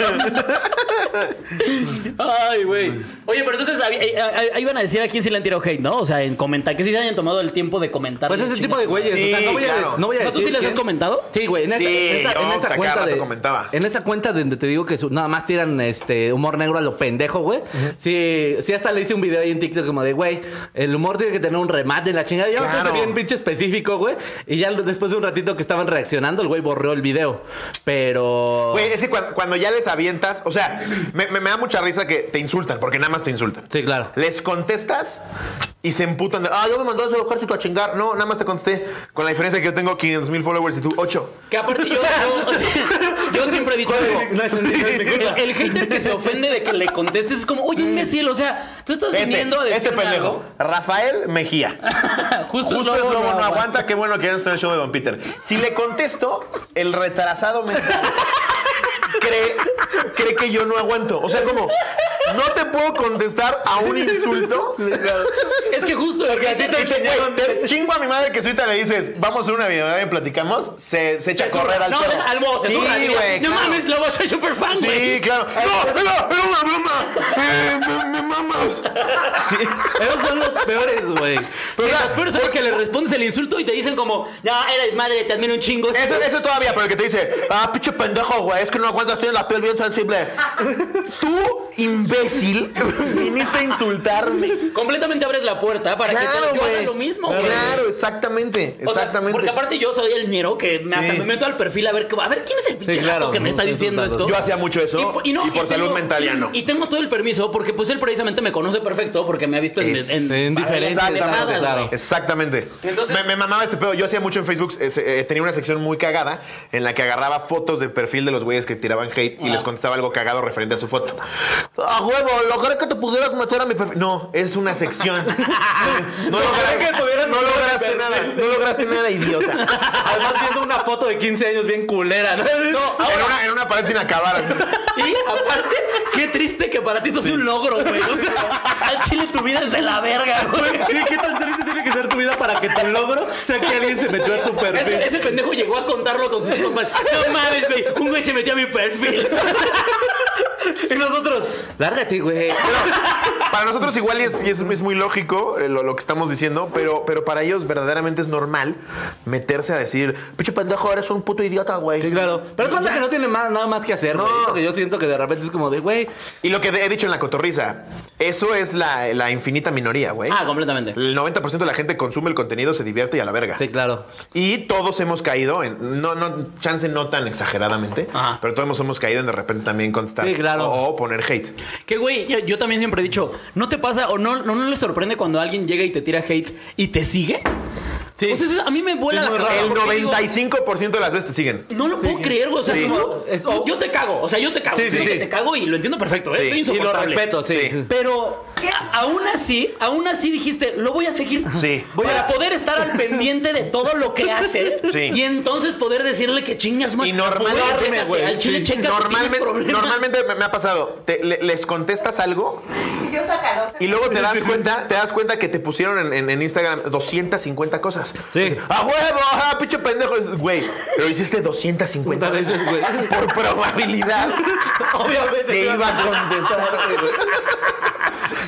Ay, güey. Oye, pero entonces ahí van a decir a quién se le han tirado hate, ¿no? O sea, en comentar, que sí se hayan tomado el tiempo de comentar. Pues ese tipo de güeyes. Sí, o sea, claro. no voy a ¿No, decir. tú sí les has quién. comentado? Sí, güey. En esa, Sí, en esa yo cuenta cada de. rato comentaba. En esa cuenta donde te digo que nada más tiran humor negro a lo pendejo, güey. Sí, hasta le hice un video ahí en TikTok como de, güey, el humor tiene que tener un remate en la chingada. Yo me Claro. puse bien pinche específico, güey. Y ya después de un ratito que estaban reaccionando, el güey borró el video. Pero. Güey, es que cuando ya les avientas, o sea, me da mucha risa que te insultan, porque nada más te insultan. Sí, claro. Les contestas y se emputan de, yo me mandaste a ejército a chingar. No, nada más te contesté. Con la diferencia que yo tengo 500,000 followers y tú 8. Que aparte yo siempre he dicho algo. No es mi culpa. El hater que se ofende de que le contestes es como, oye, imbécil, o sea, tú estás viniendo a decir pendejo. Rafael Mejía. Justo Justo es es lobo, lobo, no aguanta. aguanta. Qué bueno que ya no está en el show de Don Peter. Si le contesto, el retrasado mental cree que yo no aguanto. O sea, como, no te puedo contestar a un insulto. Es que justo Porque a ti te chingo a mi madre que ahorita le dices, vamos a hacer una videollamada y platicamos, se echa a correr al No, perro. al bobo, se Sí, zurra, diría, güey, no claro. mames, lobo, soy súper fan, güey. Sí, claro. No, era una broma. Me mamas. Esos son los peores, güey. Pero los peores son los que le respondes el insulto y te dicen como, no, eres madre, te admiro un chingo. Eso todavía, pero el que te dice, pinche pendejo, güey, es que no aguantas, tienes la piel bien sensible. Tú, imbécil, viniste a insultarme. Completamente abres la puerta para que yo haga güey. lo mismo, güey. Claro, exactamente. O sea, Exactamente. porque aparte yo soy el ñero que hasta me meto al perfil a ver quién es el pinche claro. gato que me está diciendo esto. Yo hacía mucho eso y por salud mental ya no. Y tengo todo el permiso porque pues él precisamente me conoce perfecto porque me ha visto en diferentes, Exactamente, claro. Exactamente. Entonces- me mamaba este pedo. Yo hacía mucho en Facebook. Tenía una sección muy cagada en la que agarraba fotos de perfil de los güeyes que tiraban hate y les contestaba algo cagado referente a su foto. ¡Ah, huevo! Logré que te pudieras meter a mi perfil. No, es una sección. No lograste nada, idiota. Además, viendo una foto de 15 años bien culera, ¿no? En una pared sin acabar. Y aparte, qué triste que para ti eso es un logro, güey. O sea, al chile tu vida es de la verga, güey. Sí, ¿qué tan triste tiene que ser tu vida para que tu logro sea que alguien se metió a tu perfil? Ese pendejo llegó a contarlo con sus compas. No mames, güey. Un güey se metió a mi perfil. Y nosotros, lárgate, güey. Para nosotros igual es muy lógico lo que estamos diciendo, pero para ellos verdaderamente es normal meterse a decir, pinche pendejo, eres un puto idiota, güey. Sí, claro. Pero es banda que no tiene nada más que hacer, güey. Porque yo siento que de repente es como de, güey. Y lo que he dicho en la cotorriza, eso es la infinita minoría, güey. Completamente. El 90% de la gente consume el contenido, se divierte y a la verga. Sí, claro. Y todos hemos caído en, chance no tan exageradamente, Ajá. pero todos hemos caído en de repente también contestar. Sí, claro. O poner hate. Que güey, yo también siempre he dicho, ¿no te pasa o no les sorprende cuando alguien llega y te tira hate y te sigue? Sí. O sea, eso a mí me vuela Sí, la muy cabeza. El porque digo, 95% de las veces te siguen. no lo puedo creer, güey. O sea, Sí. yo te cago. O sea, yo te cago. Sí, Siento sí, que sí. te cago y lo entiendo perfecto. Sí. Estoy Y lo insoportable. respeto, sí. Sí. Pero aún así dijiste, lo voy a seguir. Sí. Para poder estar al pendiente de todo lo que hace. Sí. Y entonces poder decirle que chingas más. Y normalmente, al chile checa Normalmente me ha pasado. Les contestas algo Yo sacaros. y luego te das cuenta que te pusieron en Instagram 250 cosas. Sí. ¡A huevo! ¡Ah, pinche pendejo! Güey, pero hiciste 250 veces, güey. Por probabilidad. Obviamente. Te iba a contestar, güey.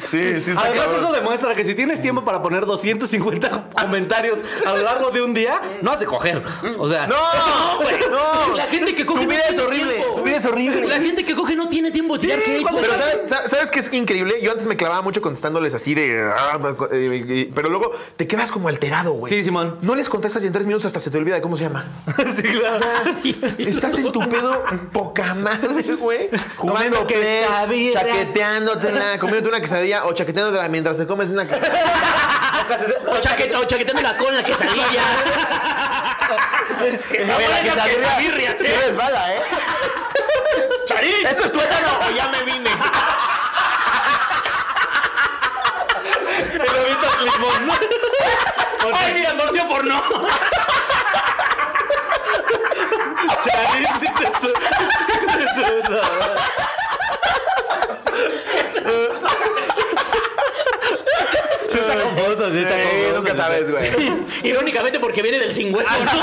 Sí, sí, está Además, cabrón. eso demuestra que si tienes tiempo para poner 250 comentarios a lo largo de un día, no has de coger. O sea, ¡No! No, la gente que coge Tu vida no es tiene horrible. tiempo. Tu vida es horrible. La gente que coge no tiene tiempo de tirar hate, Pero güey. ¿sabes qué es increíble? Yo antes me clavaba mucho contestándoles así de... pero luego te quedas como alterado, güey. Sí, Simón. No les contestas y en 3 minutos hasta se te olvida de cómo se llama. sí, claro. Sí, sí. Estás en tu pedo poca madre, güey. Jugando Comiendo play, quesadillas. chaqueteándotela, comiéndote una quesadilla o chaqueteándotela mientras te comes una quesadilla. O chaqueteando la cola, la quesadilla. Está Oye, buena las quesadillas, sí resbala, ¿eh? ¡Charín! ¿Esto es tuétano o ya me vine? Y lo evitas limón. ¡Ay, mira, torció por no! Charín, dices tú. Sí está confuso, sí está confuso. Nunca sabes, güey. Irónicamente porque viene del sin hueso, ¿no?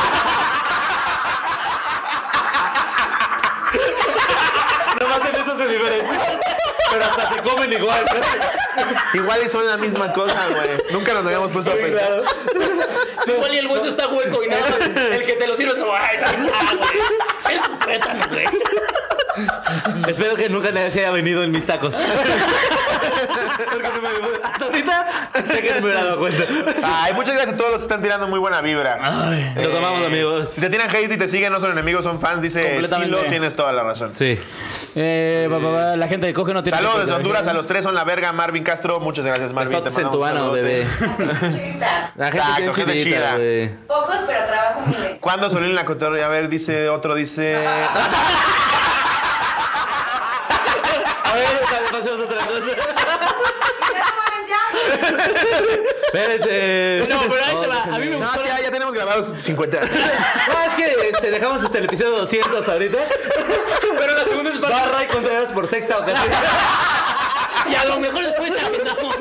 Nomás en eso se diferencia. Pero hasta se comen igual. Igual y son la misma cosa, güey. Nunca nos habíamos puesto a pensar. Claro. Igual y el hueso está hueco y nada más el que te lo sirve es como, ay, está güey. Es tu tuétano, güey. Espero que nunca nadie se haya venido en mis tacos. Porque no me... Hasta ahorita sé que no me hubiera dado cuenta. Ay, muchas gracias a todos los que están tirando muy buena vibra. Los amamos, amigos. Si te tiran hate y te siguen, no son enemigos, son fans, dice Completamente. Silo, tienes toda la razón. Sí. La gente que coge no tiene... Saludos tiempo desde de Honduras, a los 3 son la verga. Marvin Castro, muchas gracias, Marvin. Besotes Te en tu mandamos mano, un saludote. bebé. Chiquita. La gente Exacto, bien gente chidita, chida. güey. Pocos, pero trabajo miles. ¿Cuándo Solín la cotorra? A ver, dice otro, dice... A ver, pasemos a otra cosa. ¿Y ya no mames ya? Espérense. No, pero ahí te va. A mí me No, gustó... ya tenemos grabados 50. No, es que dejamos hasta el episodio 200 ahorita. Pero la segunda es para... Barra y considerados por sexta ocasión. Y a lo mejor después terminamos.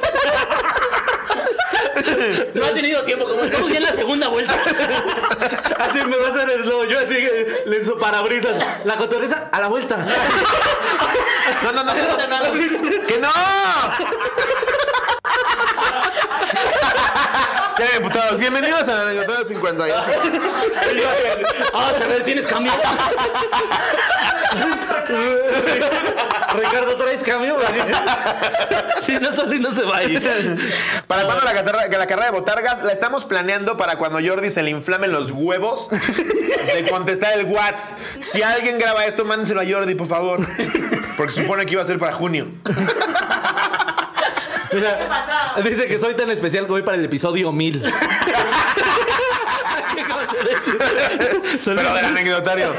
No ha tenido tiempo, como estamos ya en la segunda vuelta. Así me va a hacer el slow. Yo así en su parabrisas. La cotorriza a la vuelta. No. ¡Que no! Ya, diputados, bienvenidos a la anécdota 50. Vamos a ver, ¿tienes cambio? Ricardo, ¿traes cambio? Si no, Solín no se va a ir. ¿Para cuándo la carrera de botargas? La estamos planeando para cuando Jordi se le inflamen los huevos de contestar el WhatsApp. Si alguien graba esto, mándenselo a Jordi, por favor. Porque se supone que iba a ser para junio. Mira, ¿Qué pasó? dice que soy tan especial que voy para el episodio 1000. Pero del anecdotario.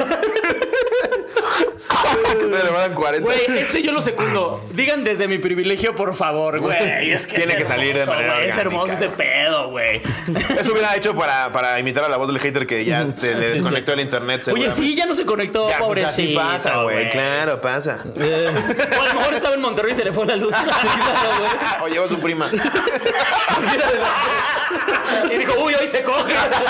Le mandan 40. Güey, yo lo secundo. Digan desde mi privilegio, por favor, güey. Es que Tiene es que salir de hermoso, manera güey. Es hermoso orgánica. ese pedo, güey. Eso hubiera hecho para imitar a la voz del hater que ya se le desconectó el internet. Oye, seguramente. sí, ya no se conectó, Ya, pues pobrecito. así pasa, güey. Claro, pasa. O a lo mejor estaba en Monterrey y se le fue la luz. O llevó a su prima. Y dijo, uy, hoy se coge.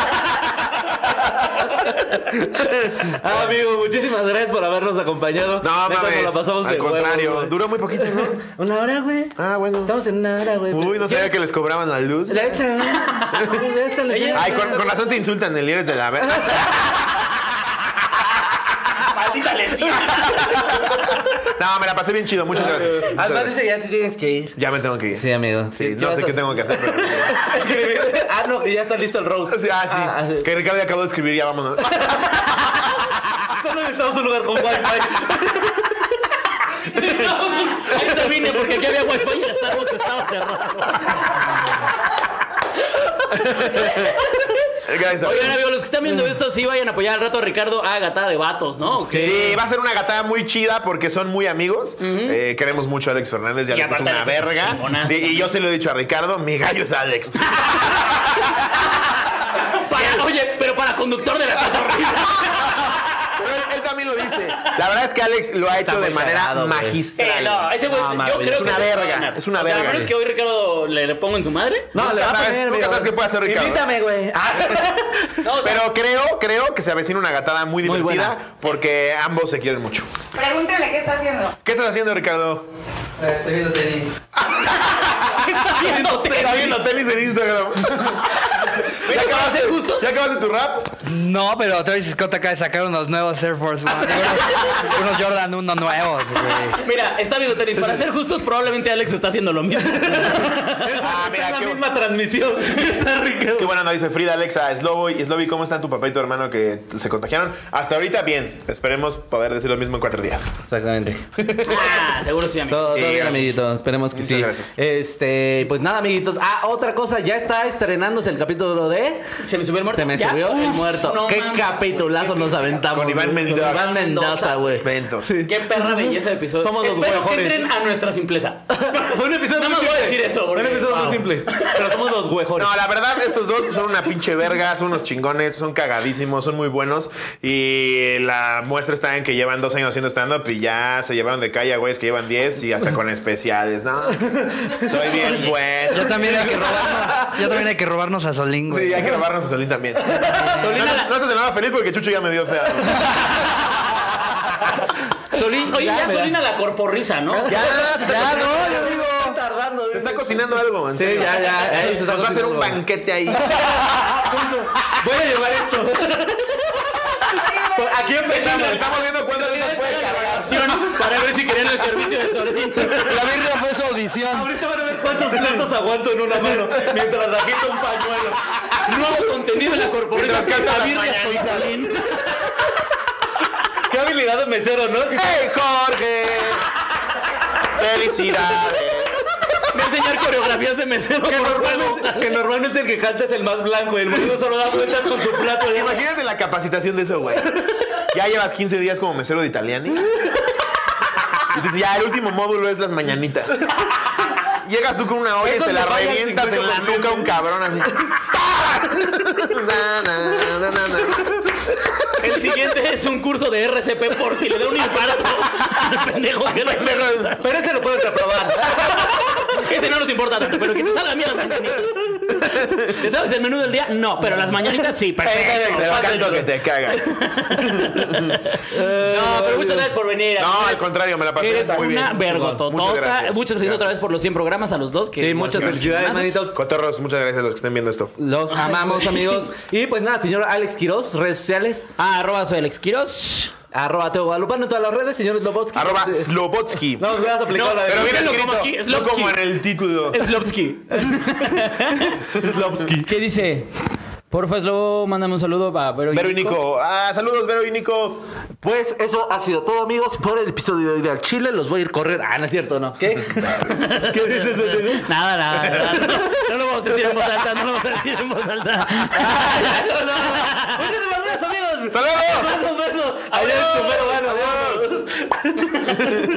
Amigo, muchísimas gracias por habernos acompañado. No, Neta, mames. nos la pasamos Al de contrario. huevos, güey. Duró muy poquito, ¿no? Una hora, güey. Ah, bueno. Estamos en una hora, güey. Uy, no sabía que les cobraban la luz. La esta, güey. La esta, la Ay, con razón te insultan el eres de la verga. Maldita lesbiana. No, me la pasé bien chido. Muchas gracias. Muchas Además gracias. dice ya te tienes que ir. Ya me tengo que ir. Sí, amigo. Sí, no sé qué tengo que hacer, pero... No, que ya está listo el Rose. Sí, sí. Que Ricardo ya acabó de escribir, ya vámonos. Solo necesitamos un lugar con wifi. Ahí se vine porque aquí había wifi y el Starbucks estaba cerrado. Gracias. Oigan, amigos, los que están viendo esto, sí vayan a apoyar al rato a Ricardo a Gatada de Vatos, ¿no? ¿O qué? Sí, va a ser una gatada muy chida porque son muy amigos. Queremos mucho a Alex Fernández y Alex es aparte una Alex es verga. chingonazo Sí, y también. yo se lo he dicho a Ricardo, mi gallo es Alex. Oye, pero para conductor de la cotorrisa. Pero él también lo dice. La verdad es que Alex lo ha hecho de muy manera cagado, güey. magistral. No, ese güey, No, yo mames, creo es que una se va a verga, ganar. es una O sea, verga, a menos güey. que hoy Ricardo le pongo en su madre. No, le va a Nunca poner, sabes, amigo. nunca sabes qué puede hacer Ricardo. Invítame, güey. No, o sea, Pero creo que se avecina una gatada muy Muy divertida buena. porque ambos se quieren mucho. Pregúntenle qué está haciendo. ¿Qué estás haciendo, Ricardo? Estoy viendo tenis. Está viendo tenis en Instagram. ¿Ya acabaste justos? ¿Ya acabaste tu rap? No, pero Travis Scott acaba de sacar unos nuevos Air Force One. Unos Jordan 1 nuevos, güey. Mira, está viendo tenis. Para ser justos, probablemente Alex está haciendo lo mismo. Mira, la qué, misma transmisión. Está rico. qué buena onda, dice Frida, Alexa, Sloboy, ¿cómo están tu papá y tu hermano que se contagiaron? Hasta ahorita, bien. Esperemos poder decir lo mismo en 4 días. Exactamente. Seguro sí, amigo. Todo bien, gracias. amiguitos. Esperemos que Muchas sí. gracias. Pues nada, amiguitos. Otra cosa. Ya está estrenándose el capítulo de... ¿Se me subió el muerto? Se me ¿Ya? subió el Uf, muerto. no Qué mames. capitulazo nos aventamos. Con Iván güey. Mendoza. Iván Mendoza, güey. Ventos. Qué perra belleza de episodio. Somos los Espero que huejones. entren a nuestra simpleza. Un episodio Nada muy más voy a simple. decir eso, porque- Un episodio wow. muy simple. Pero somos los huejones. No, la verdad, estos dos son una pinche verga, son unos chingones, son cagadísimos, son muy buenos. Y la muestra está en que llevan 2 años haciendo stand-up y ya se llevaron de calle a güeyes que llevan 10 y hasta con especiales, ¿no? Soy bien bueno. Yo también hay que robarnos a Solín, güey. Sí, hay que grabarnos a Solín también. Solín, No se nada feliz porque Chucho ya me vio fea. Solín, oye, ya Solín a la corporrisa, ¿no? Ya, no, yo digo. Tardando. se está cocinando algo, en Sí, serio. ya. Ahí se está Nos va a hacer un cocinando. banquete ahí. Voy a llevar esto. Aquí empezamos. Estamos viendo cuántas veces puede cargar. Para ver si querían el servicio de Solín. La birria fue su audición. Ahorita van a ver cuántos platos aguanto en una mano mientras agito un pañuelo. Nuevo contenido en la corporisa. Mientras canta las Birria con mañanitas. Solín. Qué habilidad de mesero, ¿no? ¡Hey, Jorge! ¡Felicidades! Voy a enseñar coreografías de mesero. Que normalmente el que canta es el más blanco y el modelo solo da vueltas con su plato. Imagínate la capacitación de eso, güey. Ya llevas 15 días como mesero de Italiani. Y dices, ya, el último módulo es las mañanitas. Llegas tú con una olla y Eso se la le falla el revientas en la 50%. nuca a un cabrón así. Na, na, na, na, na. El siguiente es un curso de RCP por si le da un infarto al pendejo que no Pero ese lo puedes reprobar. Ese no nos importa tanto, pero que te salga miedo las mañanitas. ¿Te sabes el menú del día? No, pero las mañanitas sí, perfecto. Pero Pásale. canto que te cagas. No, pero muchas gracias por venir. No, Eres- al contrario, me la pasé Eres muy bien. una Muchas vergototota. gracias. Muchas felicidades otra vez por los 100 programas a los dos. Que Sí, muchas felicidades, manito. Cotorros, muchas gracias a los que estén viendo esto. Los amamos, amigos. Y pues nada, señor Alex Quiroz, redes sociales. Soy Alex Quiroz. @Teo Guadalupano en todas las redes, señor Slobotsky. ¡Slobotsky! No, me has aplicado No, la de Pero bien Díganlo escrito, como aquí, no Slobotsky. como en el título. Slopsky. Slobotsky. ¿Qué dice? Porfa, Slobo, mándame un saludo a Vero Vero y Nico. Saludos, Vero y Nico. Pues eso ha sido todo, amigos, por el episodio de hoy de Al Chile. Los voy a ir corriendo. No es cierto, ¿no? ¿Qué? ¿Qué dices, Benito? Nada. No lo vamos a decir en voz alta, no lo vamos a decir en voz alta. Muchísimas gracias, amigos. ¡Hasta luego! Un beso. Adiós, tu mero gano. Adiós.